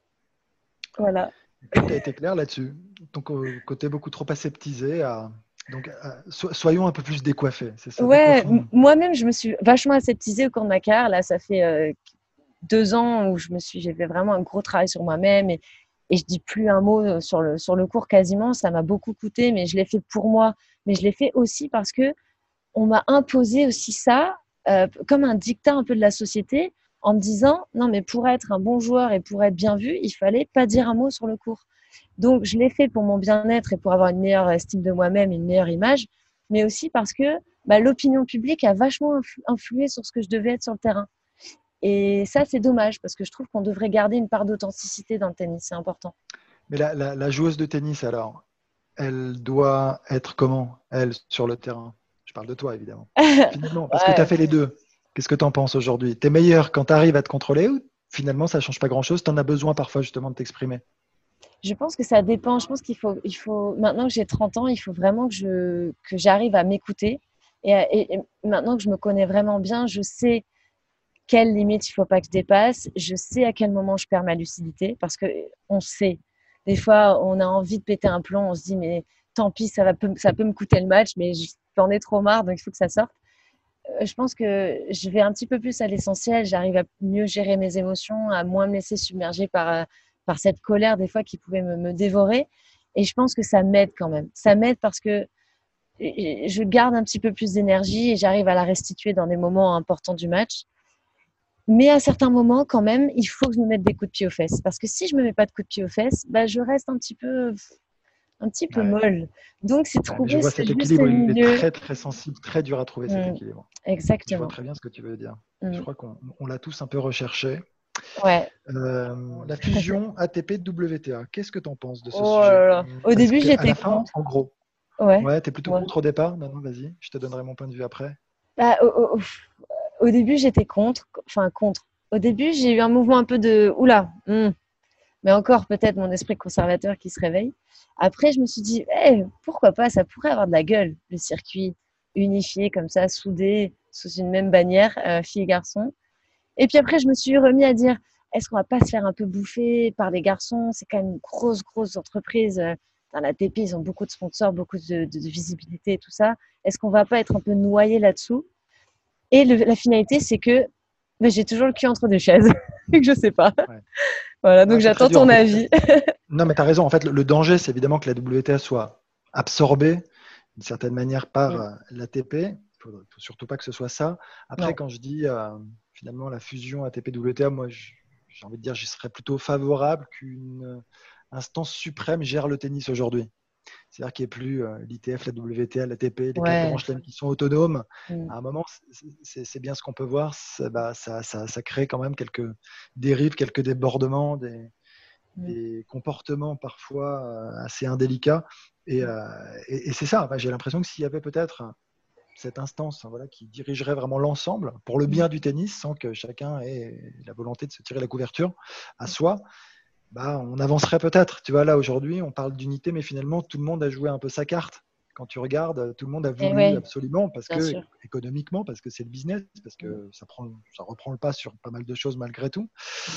Speaker 5: Voilà.
Speaker 4: Écoute, tu as été clair là-dessus. Donc, au côté beaucoup trop aseptisé, à... donc à- so- soyons un peu plus décoiffés. C'est ça,
Speaker 5: Ouais, m-
Speaker 4: décoiffons-nous.
Speaker 5: moi-même, je me suis vachement aseptisée au cours de ma carrière. Là, ça fait euh, deux ans où je me suis, j'ai fait vraiment un gros travail sur moi-même et, et je dis plus un mot sur le, sur le court quasiment. Ça m'a beaucoup coûté, mais je l'ai fait pour moi. Mais je l'ai fait aussi parce que on m'a imposé aussi ça, euh, comme un dictat un peu de la société, en me disant non, mais pour être un bon joueur et pour être bien vu, il fallait pas dire un mot sur le court. Donc, je l'ai fait pour mon bien-être et pour avoir une meilleure estime de moi-même, une meilleure image, mais aussi parce que bah, l'opinion publique a vachement influ- influé sur ce que je devais être sur le terrain. Et ça, c'est dommage parce que je trouve qu'on devrait garder une part d'authenticité dans le tennis, c'est important.
Speaker 4: Mais la, la, la joueuse de tennis, alors, elle doit être comment, elle, sur le terrain? Je parle de toi, évidemment. Finalement, parce que tu as
Speaker 5: Ouais.
Speaker 4: fait les deux. Qu'est-ce que tu en penses aujourd'hui? Tu es meilleur quand tu arrives à te contrôler ou finalement, ça ne change pas grand-chose? Tu en as besoin parfois justement de t'exprimer.
Speaker 5: Je pense que ça dépend. Je pense qu'il faut, il faut, maintenant que j'ai trente ans, il faut vraiment que, je, que j'arrive à m'écouter. Et, et, et maintenant que je me connais vraiment bien, je sais quelles limites il ne faut pas que je dépasse. Je sais à quel moment je perds ma lucidité parce qu'on sait. Des fois, on a envie de péter un plomb. On se dit, mais tant pis, ça, va, ça peut me coûter le match, mais j'en ai trop marre, donc il faut que ça sorte. Euh, Je pense que je vais un petit peu plus à l'essentiel. J'arrive à mieux gérer mes émotions, à moins me laisser submerger par, euh, par cette colère des fois qui pouvait me, me dévorer. Et je pense que ça m'aide quand même. Ça m'aide parce que je garde un petit peu plus d'énergie et j'arrive à la restituer dans des moments importants du match. Mais à certains moments, quand même, il faut que je me mette des coups de pied aux fesses. Parce que si je ne me mets pas de coups de pied aux fesses, bah, je reste un petit peu, un petit peu
Speaker 4: Ouais.
Speaker 5: molle. Donc, c'est
Speaker 4: Ouais, mais je
Speaker 5: trouver
Speaker 4: vois
Speaker 5: ce
Speaker 4: cet
Speaker 5: juste
Speaker 4: équilibre, il est
Speaker 5: milieu.
Speaker 4: très très sensible, très dur à trouver cet
Speaker 5: Mmh,
Speaker 4: équilibre. Je vois
Speaker 5: exactement.
Speaker 4: très bien ce que tu veux dire.
Speaker 5: Mmh.
Speaker 4: Je crois qu'on on l'a tous un peu recherché.
Speaker 5: Ouais.
Speaker 4: Euh, la fusion A T P-W T A, qu'est-ce que tu en penses de ce
Speaker 5: Oh
Speaker 4: sujet?
Speaker 5: là là. Au
Speaker 4: Parce
Speaker 5: début,
Speaker 4: qu'à
Speaker 5: j'étais
Speaker 4: la fin,
Speaker 5: contre.
Speaker 4: en gros,
Speaker 5: Ouais.
Speaker 4: ouais, tu es plutôt
Speaker 5: Ouais.
Speaker 4: contre au départ. Maintenant, vas-y, je te donnerai mon point de vue après.
Speaker 5: Bah, au, au- au début, j'étais contre. Enfin, contre. Au début, j'ai eu un mouvement un peu de oula. hmm. Mais encore, peut-être mon esprit conservateur qui se réveille. Après, je me suis dit, eh, pourquoi pas, ça pourrait avoir de la gueule, le circuit unifié comme ça, soudé sous une même bannière, euh, filles et garçons. Et puis après, je me suis remis à dire, est-ce qu'on va pas se faire un peu bouffer par les garçons? C'est quand même une grosse, grosse entreprise. euh, Dans la T P, ils ont beaucoup de sponsors, beaucoup de, de, de visibilité et tout ça. Est-ce qu'on va pas être un peu noyé là-dessous? Et le, la finalité, c'est que ben, j'ai toujours le cul entre deux chaises et que je sais pas.
Speaker 4: Ouais.
Speaker 5: Voilà, donc
Speaker 4: Ah, c'est très
Speaker 5: j'attends
Speaker 4: dur en
Speaker 5: ton
Speaker 4: fait.
Speaker 5: avis.
Speaker 4: Non, mais tu as raison. En fait, le, le danger, c'est évidemment que la W T A soit absorbée d'une certaine manière par
Speaker 5: Mm.
Speaker 4: euh, l'A T P. Il ne faut, faut surtout pas que ce soit ça. Après,
Speaker 5: Non.
Speaker 4: quand je dis euh, finalement la fusion A T P-W T A, moi, je- j'ai envie de dire, j'y serais plutôt favorable qu'une euh, instance suprême gère le tennis aujourd'hui. C'est-à-dire qu'il n'y ait plus euh, l'I T F, la W T A, l'A T P, les quatre
Speaker 5: Ouais.
Speaker 4: grands chelems qui sont autonomes.
Speaker 5: Mm.
Speaker 4: À un moment, c'est- c'est c'est bien ce qu'on peut voir. c'est- Bah, ça, ça, ça crée quand même quelques dérives, quelques débordements, des,
Speaker 5: Mm.
Speaker 4: des comportements parfois euh, assez indélicats. Et, euh, et, et c'est ça. Enfin, j'ai l'impression que s'il y avait peut-être cette instance, hein, voilà, qui dirigerait vraiment l'ensemble pour le
Speaker 5: Mm.
Speaker 4: bien du tennis, sans que chacun ait la volonté de se tirer la couverture à soi, bah, on avancerait peut-être. Tu vois, là, aujourd'hui, on parle d'unité, mais finalement, tout le monde a joué un peu sa carte. Quand tu regardes, tout le monde a
Speaker 5: Et
Speaker 4: voulu
Speaker 5: oui,
Speaker 4: absolument, parce
Speaker 5: bien
Speaker 4: que
Speaker 5: sûr.
Speaker 4: économiquement, parce que c'est le business, parce
Speaker 5: Mm.
Speaker 4: que ça, prend, ça reprend le pas sur pas mal de choses malgré tout.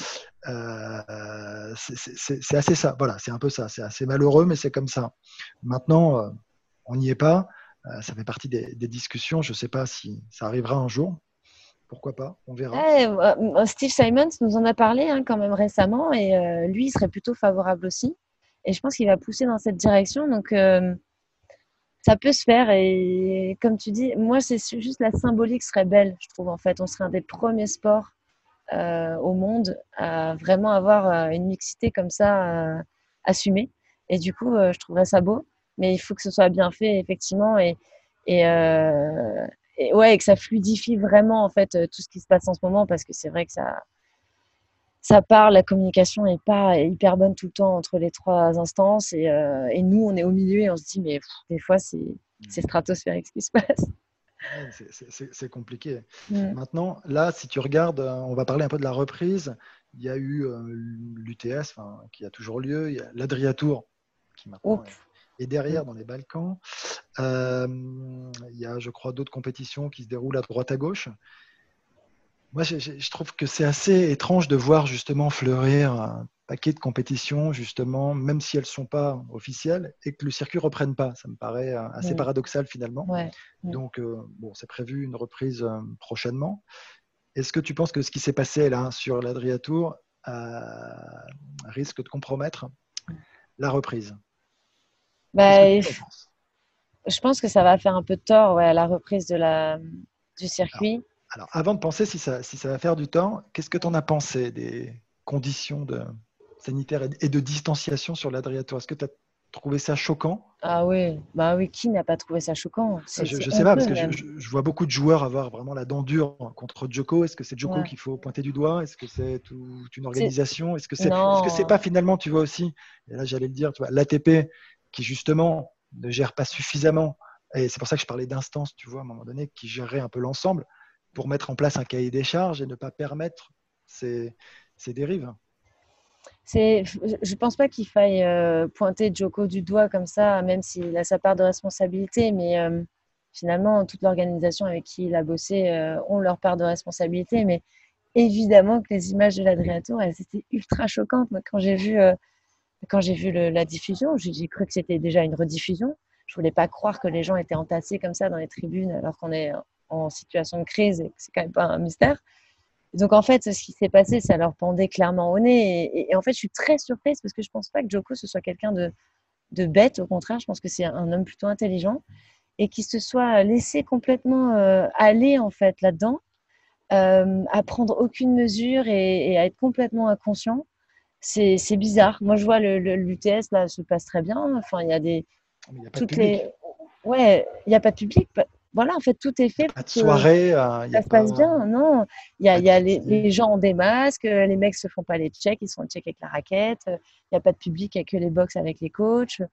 Speaker 4: Euh, c'est c'est- c'est assez ça. Voilà, c'est un peu ça. C'est assez malheureux, mais c'est comme ça. Maintenant, euh, on n'y est pas. Euh, ça fait partie des, des discussions. Je ne sais pas si ça arrivera un jour. Pourquoi pas? On verra.
Speaker 5: Ouais, euh, Steve Simons nous en a parlé hein, quand même récemment et euh, lui, il serait plutôt favorable aussi. Et je pense qu'il va pousser dans cette direction. Donc, euh, ça peut se faire. Et comme tu dis, moi, c'est juste la symbolique serait belle, je trouve, en fait. On serait un des premiers sports euh, au monde à vraiment avoir euh, une mixité comme ça euh, assumée. Et du coup, euh, je trouverais ça beau. Mais il faut que ce soit bien fait, effectivement. Et, et, euh, et ouais, et que ça fluidifie vraiment, en fait, euh, tout ce qui se passe en ce moment. Parce que c'est vrai que ça, ça parle, la communication n'est pas hyper bonne tout le temps entre les trois instances. Et, euh, et nous, on est au milieu et on se dit, mais pff, des fois, c'est, c'est stratosphérique ce qui se passe.
Speaker 4: Ouais, c'est- c'est c'est- c'est compliqué.
Speaker 5: Mm.
Speaker 4: Maintenant, là, si tu regardes, euh, on va parler un peu de la reprise. Il y a eu euh, l'U T S enfin, qui a toujours lieu. Il y a l'Adria Tour qui maintenant
Speaker 5: Oups.
Speaker 4: est, est derrière dans les Balkans. Euh, il y a, je crois, d'autres compétitions qui se déroulent à droite à gauche. Moi, je, je- je trouve que c'est assez étrange de voir justement fleurir un paquet de compétitions, justement, même si elles ne sont pas officielles, et que le circuit ne reprenne pas. Ça me paraît euh, assez
Speaker 5: Mm.
Speaker 4: paradoxal finalement.
Speaker 5: Ouais. Mm.
Speaker 4: Donc, euh, bon, c'est prévu une reprise euh, prochainement. Est-ce que tu penses que ce qui s'est passé là sur l'Adria Tour euh, risque de compromettre la reprise.
Speaker 5: Bah,
Speaker 4: Qu'est-ce que tu en penses?
Speaker 5: je pense que ça va faire un peu de tort ouais, à la reprise de la, du
Speaker 4: Alors,
Speaker 5: circuit.
Speaker 4: alors, avant de penser si ça, si ça va faire du temps, qu'est-ce que tu en as pensé des conditions de, sanitaires et, et de distanciation sur l'Adriato? Est-ce que tu as trouvé ça choquant?
Speaker 5: Ah oui, bah oui, qui n'a pas trouvé ça choquant?
Speaker 4: Ah,
Speaker 5: C'est
Speaker 4: Je
Speaker 5: c'est
Speaker 4: ne sais pas, parce
Speaker 5: honteux
Speaker 4: que je,
Speaker 5: même.
Speaker 4: je- je vois beaucoup de joueurs avoir vraiment la dent dure contre Djoko. Est-ce que c'est Djoko
Speaker 5: Ouais.
Speaker 4: qu'il faut pointer du doigt? Est-ce que c'est toute une
Speaker 5: C'est-
Speaker 4: organisation? Est-ce que c'est est-ce que c'est
Speaker 5: Non,
Speaker 4: pas finalement, tu vois aussi, et là j'allais le dire, tu vois, l'A T P qui justement ne gère pas suffisamment, et c'est pour ça que je parlais d'instance, tu vois, à un moment donné, qui gérerait un peu l'ensemble pour mettre en place un cahier des charges et ne pas permettre ces, ces dérives.
Speaker 5: c'est, je pense pas qu'il faille euh, pointer Joko du doigt comme ça, même s'il a sa part de responsabilité, mais euh, finalement, toute l'organisation avec qui il a bossé euh, ont leur part de responsabilité. Mais évidemment que les images de l'Adriato, elles étaient ultra choquantes. Moi, quand j'ai vu, euh, quand j'ai vu le- la diffusion, j'ai j'ai cru que c'était déjà une rediffusion. Je voulais pas croire que les gens étaient entassés comme ça dans les tribunes alors qu'on est en situation de crise et que c'est quand même pas un mystère. Donc en fait, ce qui s'est passé, ça leur pendait clairement au nez. Et, et, et en fait, je suis très surprise parce que je pense pas que Joko ce soit quelqu'un de, de bête. Au contraire, je pense que c'est un homme plutôt intelligent et qui se soit laissé complètement euh, aller en fait là-dedans, euh, à prendre aucune mesure et, et à être complètement inconscient. C'est, c'est bizarre. Moi, je vois le, le- l'U T S là se passe très bien. Enfin, il y a des
Speaker 4: Mais il n'y a pas de
Speaker 5: toutes
Speaker 4: public,
Speaker 5: les ouais, il n'y a pas de public. Voilà, en fait, tout est
Speaker 4: il
Speaker 5: fait
Speaker 4: n'y a pas
Speaker 5: pour
Speaker 4: de
Speaker 5: que
Speaker 4: soirée, euh, il n'y
Speaker 5: ça
Speaker 4: a
Speaker 5: se passe
Speaker 4: pas,
Speaker 5: bien, non. Il y a,
Speaker 4: pas
Speaker 5: il y a les,
Speaker 4: d'activité.
Speaker 5: les gens ont des masques, euh, les mecs se font pas les checks, ils se font check avec la raquette. euh, Il n'y a pas de public, il n'y a que les box avec les coachs.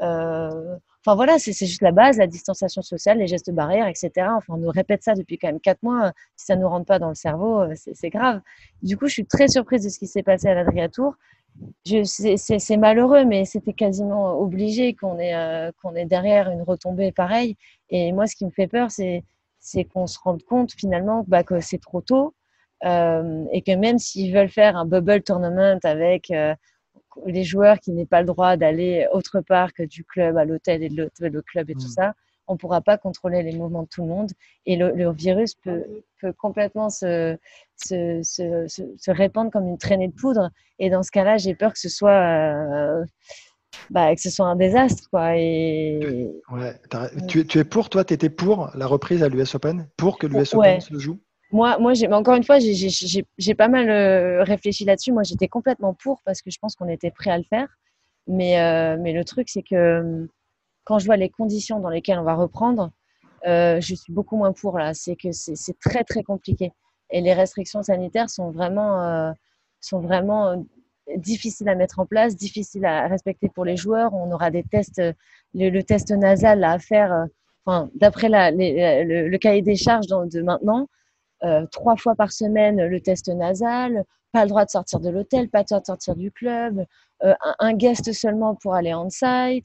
Speaker 5: Euh, enfin voilà, c'est c'est juste la base, la distanciation sociale, les gestes barrières, et cetera. Enfin, on nous répète ça depuis quand même quatre mois. Si ça ne nous rentre pas dans le cerveau, euh, c'est c'est grave. Du coup, je suis très surprise de ce qui s'est passé à l'Adria Tour. Je- C'est c'est- c'est malheureux, mais c'était quasiment obligé qu'on ait, euh, qu'on ait derrière une retombée pareille. Et moi, ce qui me fait peur, c'est c'est qu'on se rende compte finalement bah, que c'est trop tôt euh, et que même s'ils veulent faire un bubble tournament avec euh, les joueurs qui n'aient pas le droit d'aller autre part que du club à l'hôtel et de l'hôtel au club et tout
Speaker 4: Hmm.
Speaker 5: ça, on ne pourra pas contrôler les mouvements de tout le monde et le, le virus peut, peut complètement se, se, se, se, se répandre comme une traînée de poudre. Et dans ce cas-là, j'ai peur que ce soit, euh, bah, que ce soit un désastre, quoi.
Speaker 4: Tu,
Speaker 5: Et
Speaker 4: ouais, t'as- tu es, tu es pour, toi, tu étais pour la reprise à l'U S Open, pour que l'U S Open
Speaker 5: ouais,
Speaker 4: se joue?
Speaker 5: moi, moi, j'ai, mais encore une fois, j'ai, j'ai, j'ai, j'ai pas mal euh, réfléchi là-dessus. Moi, j'étais complètement pour parce que je pense qu'on était prêt à le faire. Mais, euh, mais le truc, c'est que euh, quand je vois les conditions dans lesquelles on va reprendre, euh, je suis beaucoup moins pour là. C'est que c'est, c'est très, très compliqué. Et les restrictions sanitaires sont vraiment, euh, sont vraiment euh, difficiles à mettre en place, difficiles à respecter pour les joueurs. On aura des tests, euh, le, le test nasal là, à faire. euh, Enfin, d'après la, les- le, le cahier des charges dans- de maintenant, euh, trois fois par semaine le test nasal, pas le droit de sortir de l'hôtel, pas le droit de sortir du club, euh, un, un guest seulement pour aller on-site,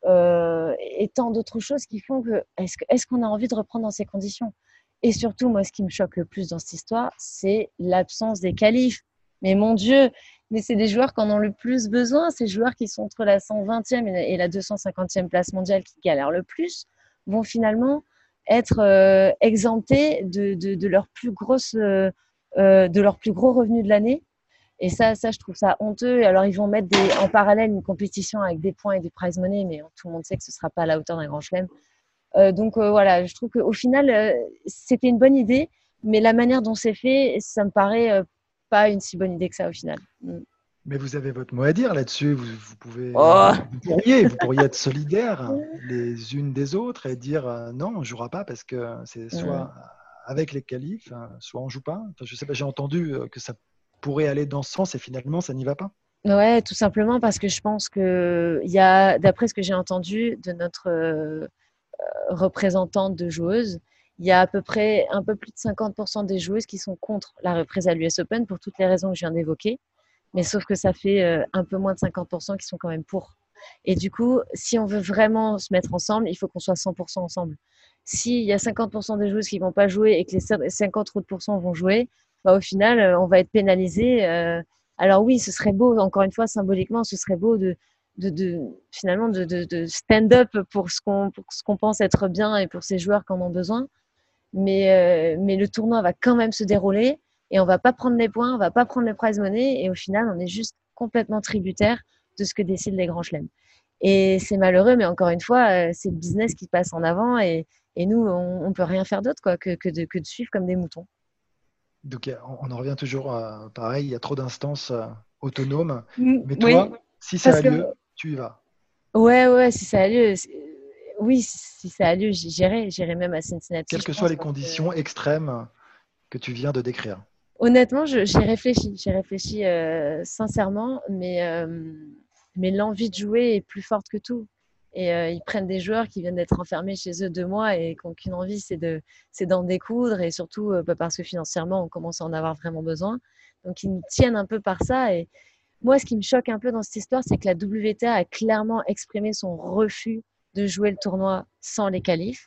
Speaker 5: euh, et tant d'autres choses qui font que est-ce, que, est-ce qu'on a envie de reprendre dans ces conditions? Et surtout, moi, ce qui me choque le plus dans cette histoire, c'est l'absence des qualifs. Mais mon Dieu, mais c'est des joueurs qui en ont le plus besoin, ces joueurs qui sont entre la cent vingtième et la deux cent cinquantième place mondiale qui galèrent le plus, vont finalement être euh, exemptés de, de, de leur plus grosse, euh, euh, de leur plus gros revenu de l'année. Et ça, ça, je trouve ça honteux. Et alors, ils vont mettre des, en parallèle une compétition avec des points et des prize money, mais tout le monde sait que ce ne sera pas à la hauteur d'un grand chelem. Euh, donc euh, voilà, je trouve qu'au final, euh, c'était une bonne idée, mais la manière dont c'est fait, ça me paraît euh, pas une si bonne idée que ça au final. Mm.
Speaker 4: Mais vous avez votre mot à dire là-dessus. Vous, vous pouvez,
Speaker 5: Oh,
Speaker 4: vous pourriez, vous pourriez être solidaires les unes des autres et dire euh, non, on ne jouera pas parce que c'est
Speaker 5: mm.
Speaker 4: soit avec les qualifs, euh, soit on ne joue pas. Enfin, je sais pas, j'ai entendu euh, que ça pourrait aller dans ce sens et finalement ça n'y va pas.
Speaker 5: Ouais, tout simplement parce que je pense que il y a, d'après ce que j'ai entendu de notre euh, représentante de joueuses, il y a à peu près un peu plus de cinquante pour cent des joueuses qui sont contre la reprise à l'U S Open pour toutes les raisons que je viens d'évoquer. Mais sauf que ça fait euh, un peu moins de cinquante pour cent qui sont quand même pour. Et du coup, si on veut vraiment se mettre ensemble, il faut qu'on soit cent pour cent ensemble. S'il y a cinquante pour cent des joueuses qui ne vont pas jouer et que les cinquante autres pourcents vont jouer, bah, au final, euh, on va être pénalisé. Euh, alors oui, ce serait beau, encore une fois, symboliquement, ce serait beau de, de, de finalement de, de, de stand-up pour ce qu'on pour ce qu'on pense être bien et pour ces joueurs qui en ont besoin. Mais, euh, mais le tournoi va quand même se dérouler et on va pas prendre les points, on va pas prendre le prize money et au final, on est juste complètement tributaire de ce que décident les grands chelems. Et c'est malheureux, mais encore une fois, euh, c'est le business qui passe en avant et, et nous, on ne peut rien faire d'autre quoi, que, que, de, que de suivre comme des moutons.
Speaker 4: Donc, on en revient toujours à pareil, il y a trop d'instances euh, autonomes.
Speaker 5: Mm,
Speaker 4: Mais toi,
Speaker 5: oui,
Speaker 4: si ça
Speaker 5: parce
Speaker 4: a
Speaker 5: que
Speaker 4: lieu, tu y vas.
Speaker 5: ouais, ouais, si ça a lieu, c'est- oui, si ça a lieu, j'irai, j'irai même à Cincinnati,
Speaker 4: Quelles
Speaker 5: je
Speaker 4: que soient
Speaker 5: pense,
Speaker 4: les
Speaker 5: parce que
Speaker 4: conditions extrêmes que tu viens de décrire.
Speaker 5: honnêtement, je- j'ai réfléchi, j'ai réfléchi euh, sincèrement, mais, euh, mais l'envie de jouer est plus forte que tout. Et euh, ils prennent des joueurs qui viennent d'être enfermés chez eux deux mois et qui n'ont qu'une envie, c'est de, c'est d'en découdre et surtout euh, bah, parce que financièrement, on commence à en avoir vraiment besoin. Donc, ils nous tiennent un peu par ça. Et moi, ce qui me choque un peu dans cette histoire, c'est que la W T A a clairement exprimé son refus de jouer le tournoi sans les qualifs.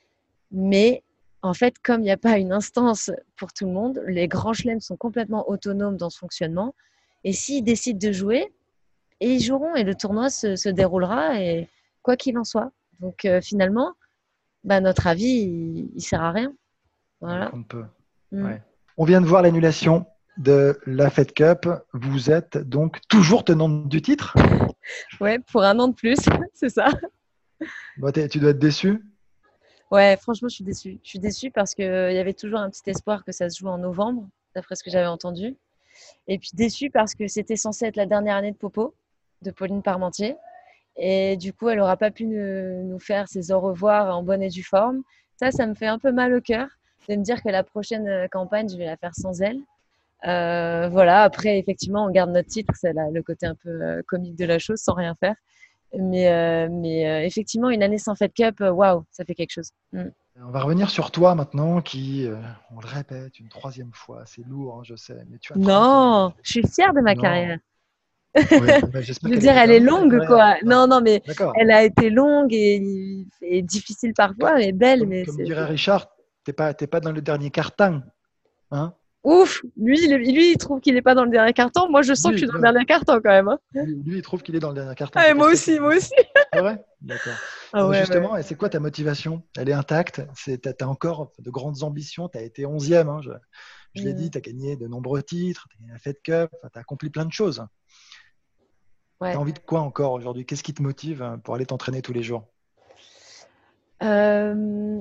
Speaker 5: Mais en fait, comme il n'y a pas une instance pour tout le monde, les grands chelems sont complètement autonomes dans ce fonctionnement. Et s'ils décident de jouer, et ils joueront et le tournoi se, se déroulera, et quoi qu'il en soit. Donc euh, finalement, bah, notre avis, il ne sert à rien.
Speaker 4: Ouais,
Speaker 5: Voilà.
Speaker 4: on peut.
Speaker 5: Mm.
Speaker 4: Ouais. On vient de voir l'annulation de la Fed Cup. Vous êtes donc toujours tenante du titre.
Speaker 5: Ouais, pour un an de plus, c'est ça.
Speaker 4: Bah, t'es- tu dois être déçu.
Speaker 5: Ouais, franchement, je suis déçue. Je suis déçue parce qu'il y avait toujours un petit espoir que ça se joue en novembre, d'après ce que j'avais entendu. Et puis déçue parce que c'était censé être la dernière année de Popo, de Pauline Parmentier. Et du coup, elle n'aura pas pu nous, nous faire ses au revoir en bonne et due forme. Ça, ça me fait un peu mal au cœur de me dire que la prochaine campagne, je vais la faire sans elle. Euh, voilà, après, effectivement, on garde notre titre, c'est la- le côté un peu euh, comique de la chose, sans rien faire. Mais, euh, mais euh, effectivement, une année sans Fed Cup, euh, waouh, ça fait quelque chose. Mm.
Speaker 4: On va revenir sur toi maintenant, qui, euh, on le répète une troisième fois, c'est lourd, hein, je sais, mais tu as trente et un ans.
Speaker 5: Non, je suis fière de ma
Speaker 4: Non,
Speaker 5: carrière.
Speaker 4: ouais, bah,
Speaker 5: Je
Speaker 4: j'espère
Speaker 5: veux
Speaker 4: qu'elle
Speaker 5: dire,
Speaker 4: était
Speaker 5: elle est
Speaker 4: terminée ta
Speaker 5: longue,
Speaker 4: carrière.
Speaker 5: quoi.
Speaker 4: Non,
Speaker 5: Non, non, mais
Speaker 4: d'accord.
Speaker 5: elle a été longue et, et difficile parfois, mais belle.
Speaker 4: Comme,
Speaker 5: Mais
Speaker 4: comme
Speaker 5: c'est
Speaker 4: dirait
Speaker 5: c'est-
Speaker 4: Richard, t'es pas, t'es pas dans le dernier carton, hein?
Speaker 5: ouf. Lui, il, lui, il trouve qu'il n'est pas dans le dernier carton. Moi, je sens que je suis
Speaker 4: Lui,
Speaker 5: dans le
Speaker 4: non,
Speaker 5: dernier carton quand même. Hein.
Speaker 4: lui, lui, il trouve qu'il est dans le dernier carton,
Speaker 5: Ah,
Speaker 4: c'est
Speaker 5: et moi
Speaker 4: pour ça qu'il
Speaker 5: aussi,
Speaker 4: dit
Speaker 5: moi
Speaker 4: ça.
Speaker 5: aussi.
Speaker 4: C'est vrai? D'accord.
Speaker 5: Ah
Speaker 4: Non, mais
Speaker 5: ouais, ouais.
Speaker 4: justement, et c'est quoi ta motivation? Elle est intacte? C'est, t'as, t'as encore de grandes ambitions? Tu as été onzième, hein, je, je l'ai dit,
Speaker 5: Mm.
Speaker 4: tu as gagné de nombreux titres, tu as gagné la Fed Cup, tu as accompli plein de choses. Tu
Speaker 5: Ouais.
Speaker 4: as envie de quoi encore aujourd'hui? Qu'est-ce qui te motive hein, pour aller t'entraîner tous les jours?
Speaker 5: Euh,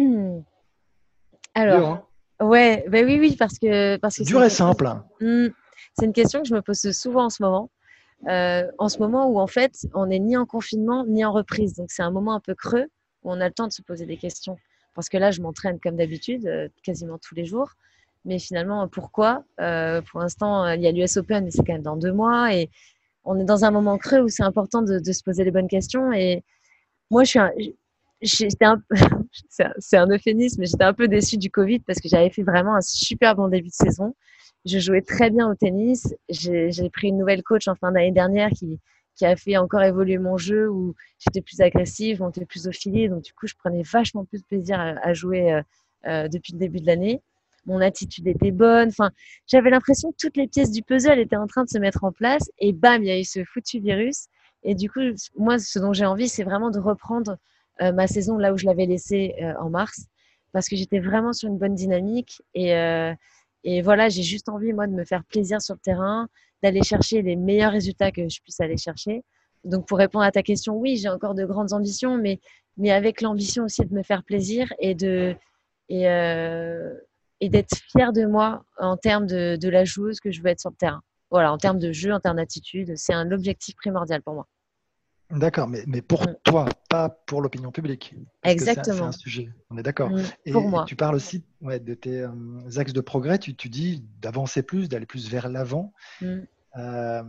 Speaker 4: Dur,
Speaker 5: Alors,
Speaker 4: hein?
Speaker 5: ouais, ben oui, oui, parce que parce que c'est
Speaker 4: Dur
Speaker 5: une
Speaker 4: et
Speaker 5: question.
Speaker 4: simple. Hein.
Speaker 5: Hmm, c'est une question que je me pose souvent en ce moment. Euh, en ce moment où en fait, on n'est ni en confinement ni en reprise, donc c'est un moment un peu creux où on a le temps de se poser des questions. Parce que là, je m'entraîne comme d'habitude, euh, quasiment tous les jours. Mais finalement, pourquoi? Euh, Pour l'instant, il y a l'U S Open, mais c'est quand même dans deux mois et on est dans un moment creux où c'est important de, de se poser les bonnes questions. Et moi, je suis un, j'étais un, c'est un, c'est un euphémisme, mais j'étais un peu déçue du Covid parce que j'avais fait vraiment un super bon début de saison. Je jouais très bien au tennis. J'ai, j'ai pris une nouvelle coach en fin d'année dernière qui, qui a fait encore évoluer mon jeu où j'étais plus agressive, montais plus au filet. Donc, du coup, je prenais vachement plus de plaisir à, à jouer euh, euh, depuis le début de l'année. Mon attitude était bonne. Enfin, j'avais l'impression que toutes les pièces du puzzle étaient en train de se mettre en place. Et bam, il y a eu ce foutu virus. Et du coup, moi, ce dont j'ai envie, c'est vraiment de reprendre euh, ma saison là où je l'avais laissée euh, en mars, parce que j'étais vraiment sur une bonne dynamique. Et, euh, et voilà, j'ai juste envie, moi, de me faire plaisir sur le terrain, d'aller chercher les meilleurs résultats que je puisse aller chercher. Donc, pour répondre à ta question, oui, j'ai encore de grandes ambitions, mais, mais avec l'ambition aussi de me faire plaisir et de et, euh, et d'être fière de moi en termes de, de la joueuse que je veux être sur le terrain. Voilà, en termes de jeu, en termes d'attitude, c'est un objectif primordial pour moi.
Speaker 4: D'accord, mais, mais pour
Speaker 5: Mm.
Speaker 4: toi, pas pour l'opinion publique, parce que c'est un, c'est un
Speaker 5: Exactement.
Speaker 4: sujet, on est d'accord.
Speaker 5: Mm. Pour
Speaker 4: Et, et
Speaker 5: moi.
Speaker 4: tu parles aussi ouais, de tes euh, axes de progrès, tu, tu dis d'avancer plus, d'aller plus vers l'avant.
Speaker 5: Mm.
Speaker 4: Euh,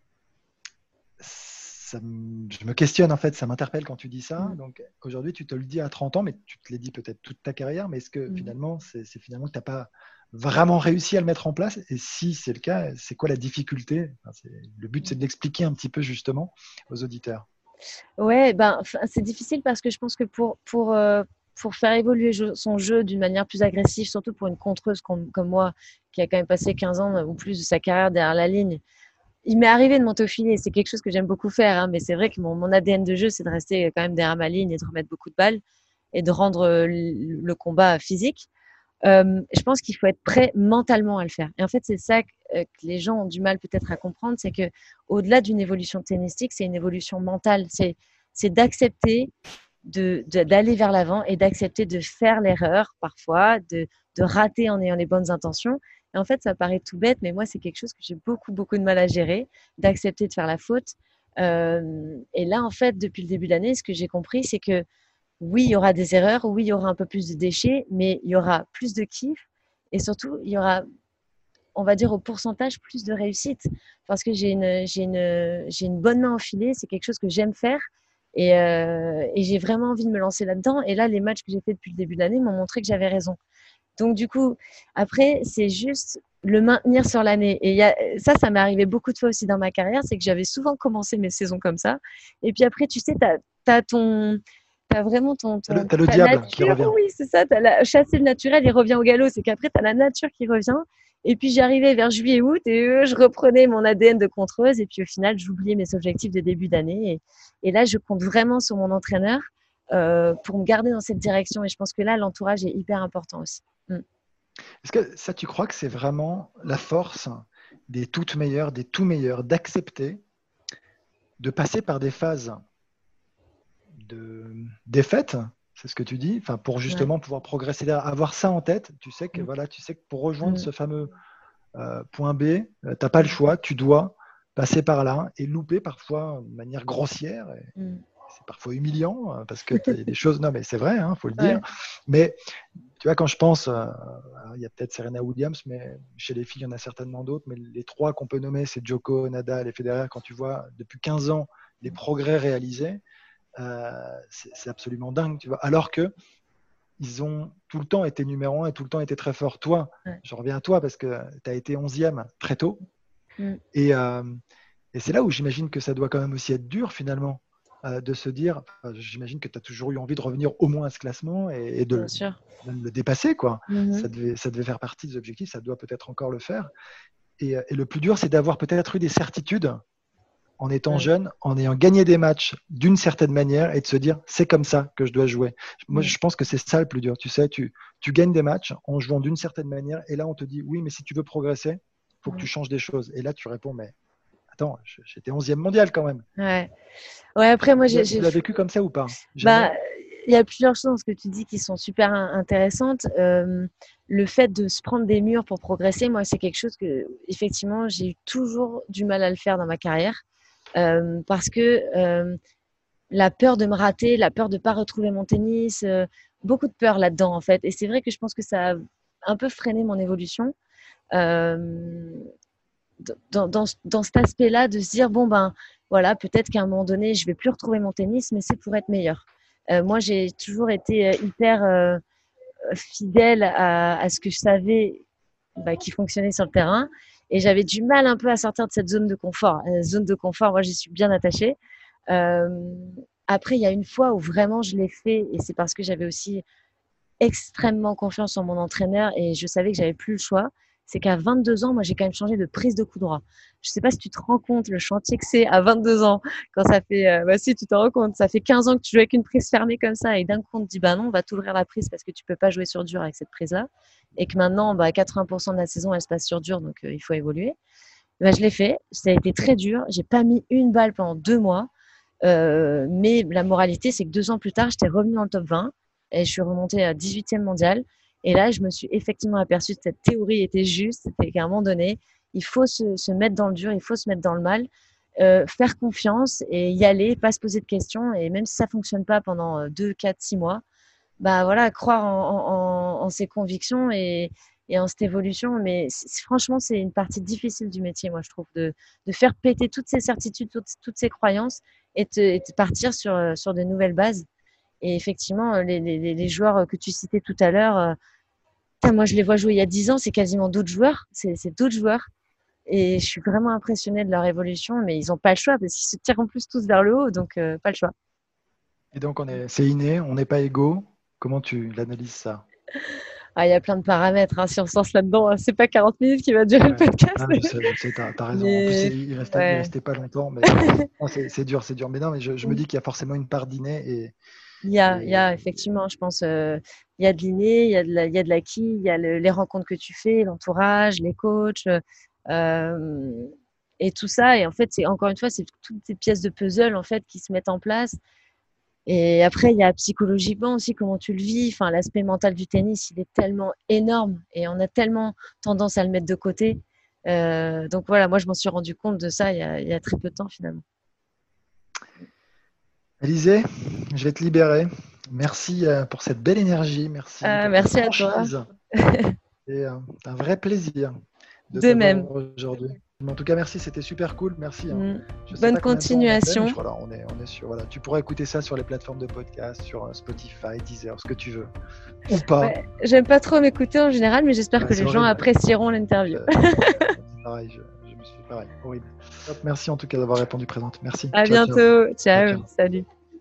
Speaker 4: ça me- je me questionne en fait, ça m'interpelle quand tu dis ça.
Speaker 5: Mm.
Speaker 4: Donc aujourd'hui, tu te le dis à trente ans, mais tu te l'as dit peut-être toute ta carrière, mais est-ce que
Speaker 5: Mm.
Speaker 4: finalement, c'est c'est finalement que tu n'as pas vraiment réussi à le mettre en place? Et si c'est le cas, c'est quoi la difficulté? Enfin, c'est- le but, c'est de l'expliquer un petit peu justement aux auditeurs.
Speaker 5: Ouais, ben, enfin, c'est difficile parce que je pense que pour, pour, euh, pour faire évoluer je- son jeu d'une manière plus agressive, surtout pour une contreuse comme, comme moi, qui a quand même passé quinze ans ou plus de sa carrière derrière la ligne, il m'est arrivé de monter au filet. C'est quelque chose que j'aime beaucoup faire, hein, mais c'est vrai que mon, mon A D N de jeu, c'est de rester quand même derrière ma ligne et de remettre beaucoup de balles et de rendre euh, le combat physique. Euh, je pense qu'il faut être prêt mentalement à le faire. Et en fait, c'est ça euh, que les gens ont du mal peut-être à comprendre, c'est que au-delà d'une évolution tennistique, c'est une évolution mentale. C'est, c'est d'accepter de, de, d'aller vers l'avant et d'accepter de faire l'erreur parfois, de, de rater en ayant les bonnes intentions. Et en fait, ça paraît tout bête, mais moi, c'est quelque chose que j'ai beaucoup, beaucoup de mal à gérer, d'accepter de faire la faute. Euh, et là, en fait, depuis le début de l'année, ce que j'ai compris, c'est que oui, il y aura des erreurs, oui, il y aura un peu plus de déchets, mais il y aura plus de kiff et surtout, il y aura, on va dire au pourcentage, plus de réussite parce que j'ai une, j'ai une, j'ai une bonne main au filet, c'est quelque chose que j'aime faire et, euh, et j'ai vraiment envie de me lancer là-dedans. Et là, les matchs que j'ai fait depuis le début de l'année m'ont montré que j'avais raison. Donc, du coup, après, c'est juste le maintenir sur l'année. Et y a, ça, ça m'est arrivé beaucoup de fois aussi dans ma carrière, c'est que j'avais souvent commencé mes saisons comme ça. Et puis après, tu sais, tu as ton... Tu as vraiment ton, ton
Speaker 4: T'as le, t'as le
Speaker 5: ta
Speaker 4: diable
Speaker 5: nature,
Speaker 4: qui revient.
Speaker 5: oui, c'est ça. T'as la, chasser le naturel, il revient au galop. C'est qu'après, tu as la nature qui revient. Et puis, j'arrivais vers juillet-août et euh, je reprenais mon A D N de contreuse. Et puis, au final, j'oubliais mes objectifs de début d'année. Et, et là, je compte vraiment sur mon entraîneur euh, pour me garder dans cette direction. Et je pense que là, l'entourage est hyper important aussi. Mm.
Speaker 4: Est-ce que ça, tu crois que c'est vraiment la force des toutes meilleures, des tout meilleurs, d'accepter de passer par des phases de défaite, c'est ce que tu dis, enfin pour justement ouais. pouvoir progresser, avoir ça en tête, tu sais que mmh. voilà, tu sais que pour rejoindre mmh. ce fameux euh, point B, euh, tu n'as pas le choix, tu dois passer par là et louper parfois de manière grossière. Et mmh. C'est parfois humiliant parce que tu as des choses, non mais c'est vrai, il hein, faut le dire. Ouais. Mais tu vois, quand je pense, euh, il y a peut-être Serena Williams, mais chez les filles, il y en a certainement d'autres, mais les trois qu'on peut nommer, c'est Djoko, Nadal et Federer. Quand tu vois depuis quinze ans les progrès réalisés, Euh, c'est, c'est absolument dingue, tu vois. Alors que ils ont tout le temps été numéro un et tout le temps été très forts. Toi, ouais. je reviens à toi parce que tu as été onzième très tôt. Mm. Et, euh, et c'est là où j'imagine que ça doit quand même aussi être dur finalement euh, de se dire, enfin, j'imagine que tu as toujours eu envie de revenir au moins à ce classement et, et de, de le dépasser, quoi. Mm-hmm. Ça devait, ça devait faire partie des objectifs, ça doit peut-être encore le faire. Et, et le plus dur, c'est d'avoir peut-être eu des certitudes en étant ouais. jeune, en ayant gagné des matchs d'une certaine manière et de se dire c'est comme ça que je dois jouer. Moi, ouais. je pense que c'est ça le plus dur. Tu sais, tu, tu gagnes des matchs en jouant d'une certaine manière et là, on te dit oui, mais si tu veux progresser, il faut ouais. que tu changes des choses. Et là, tu réponds mais attends, j'étais onzième mondial quand même.
Speaker 5: Ouais. Ouais, après, moi, j'ai.
Speaker 4: Tu l'as vécu comme ça ou pas?
Speaker 5: Bah, il y a plusieurs choses dans ce que tu dis qui sont super intéressantes. Euh, le fait de se prendre des murs pour progresser, moi, c'est quelque chose que, effectivement, j'ai eu toujours du mal à le faire dans ma carrière. Euh, parce que euh, la peur de me rater, la peur de ne pas retrouver mon tennis, euh, beaucoup de peur là-dedans en fait. Et c'est vrai que je pense que ça a un peu freiné mon évolution euh, dans, dans, dans cet aspect-là de se dire bon ben voilà, peut-être qu'à un moment donné je ne vais plus retrouver mon tennis, mais c'est pour être meilleur. Euh, moi j'ai toujours été hyper euh, fidèle à, à ce que je savais bah, qui fonctionnait sur le terrain. Et j'avais du mal un peu à sortir de cette zone de confort. La zone de confort, moi, j'y suis bien attachée. Euh, après, il y a une fois où vraiment je l'ai fait, et c'est parce que j'avais aussi extrêmement confiance en mon entraîneur et je savais que j'avais plus le choix. C'est qu'à vingt-deux ans, moi, j'ai quand même changé de prise de coup droit. Je sais pas si tu te rends compte le chantier que c'est à vingt-deux ans, quand ça fait, euh, bah si, tu te rends compte, ça fait quinze ans que tu joues avec une prise fermée comme ça et d'un coup, on te dit, bah non, on va t'ouvrir la prise parce que tu peux pas jouer sur dur avec cette prise-là. Et que maintenant, bah, quatre-vingts pour cent de la saison, elle se passe sur dur, donc euh, il faut évoluer. Bah, je l'ai fait. Ça a été très dur. J'ai pas mis une balle pendant deux mois. Euh, mais la moralité, c'est que deux ans plus tard, j'étais revenue dans le top vingt et je suis remontée à dix-huitième mondial. Et là, je me suis effectivement aperçue que cette théorie était juste. C'était qu'à un moment donné, il faut se, se mettre dans le dur, il faut se mettre dans le mal, euh, faire confiance et y aller, pas se poser de questions. Et même si ça fonctionne pas pendant deux, quatre, six mois, bah voilà, croire en, en, en ses convictions et, et en cette évolution. Mais c'est, franchement, c'est une partie difficile du métier, moi, je trouve, de, de faire péter toutes ces certitudes, toutes, toutes ces croyances et de, et de partir sur, sur de nouvelles bases. Et effectivement, les, les, les joueurs que tu citais tout à l'heure, euh, moi, je les vois jouer il y a dix ans, c'est quasiment d'autres joueurs. C'est, c'est d'autres joueurs. Et je suis vraiment impressionnée de leur évolution, mais ils n'ont pas le choix parce qu'ils se tirent en plus tous vers le haut, donc euh, pas le choix.
Speaker 4: Et donc, on est, c'est inné, on n'est pas égaux. Comment tu l'analyses ça?
Speaker 5: Ah, il y a plein de paramètres. Hein. Si on se lance là-dedans, c'est pas quarante minutes qui va durer ouais. le podcast.
Speaker 4: Ah, mais... Je sais, je sais t'as, t'as raison. Mais... En plus, il ne restait, ouais. restait pas longtemps. Mais... non, c'est, c'est dur, c'est dur. Mais non, mais je, je me dis qu'il y a forcément une part d'inné. Et...
Speaker 5: Il y a, et... il y a effectivement, je pense, euh, il y a de l'inné, il y a de, la, il y a de l'acquis, il y a le, les rencontres que tu fais, l'entourage, les coachs. Euh, et tout ça, et en fait, c'est encore une fois, c'est toutes ces pièces de puzzle en fait qui se mettent en place. Et après, il y a psychologiquement aussi comment tu le vis. Enfin, l'aspect mental du tennis, il est tellement énorme et on a tellement tendance à le mettre de côté. Euh, donc voilà, moi, je m'en suis rendu compte de ça il y a, il y a très peu de temps finalement.
Speaker 4: Alizée, je vais te libérer. Merci euh, pour cette belle énergie. Merci.
Speaker 5: Euh, merci à toi.
Speaker 4: C'est euh, un vrai plaisir de,
Speaker 5: de même
Speaker 4: aujourd'hui. En tout cas, merci, c'était super cool. Merci. Hein.
Speaker 5: Mmh. Bonne continuation.
Speaker 4: On, fait, voilà, on est, on est sur, voilà. Tu pourras écouter ça sur les plateformes de podcast, sur Spotify, Deezer, ce que tu veux. Ou pas.
Speaker 5: Ouais, j'aime pas trop m'écouter en général, mais j'espère ouais, que les horrible. gens apprécieront l'interview.
Speaker 4: Euh, c'est pareil, je, je me suis pareil, horrible. Top, merci en tout cas d'avoir répondu présente. Merci.
Speaker 5: À ciao, bientôt. Ciao. Ciao. Ciao. Salut.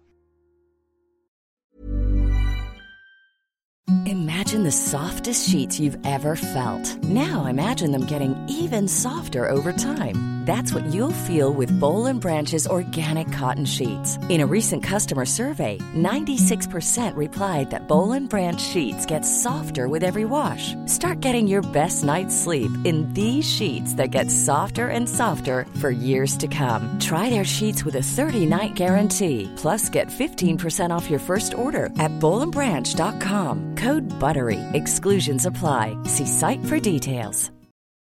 Speaker 6: Imagine the softest sheets you've ever felt. Now imagine them getting even softer over time. That's what you'll feel with Boll and Branch's organic cotton sheets. In a recent customer survey, ninety-six percent replied that Boll and Branch sheets get softer with every wash. Start getting your best night's sleep in these sheets that get softer and softer for years to come. Try their sheets with a thirty-night guarantee. Plus, get fifteen percent off your first order at boll and branch dot com. Code BUTTERY. Exclusions apply. See site for details.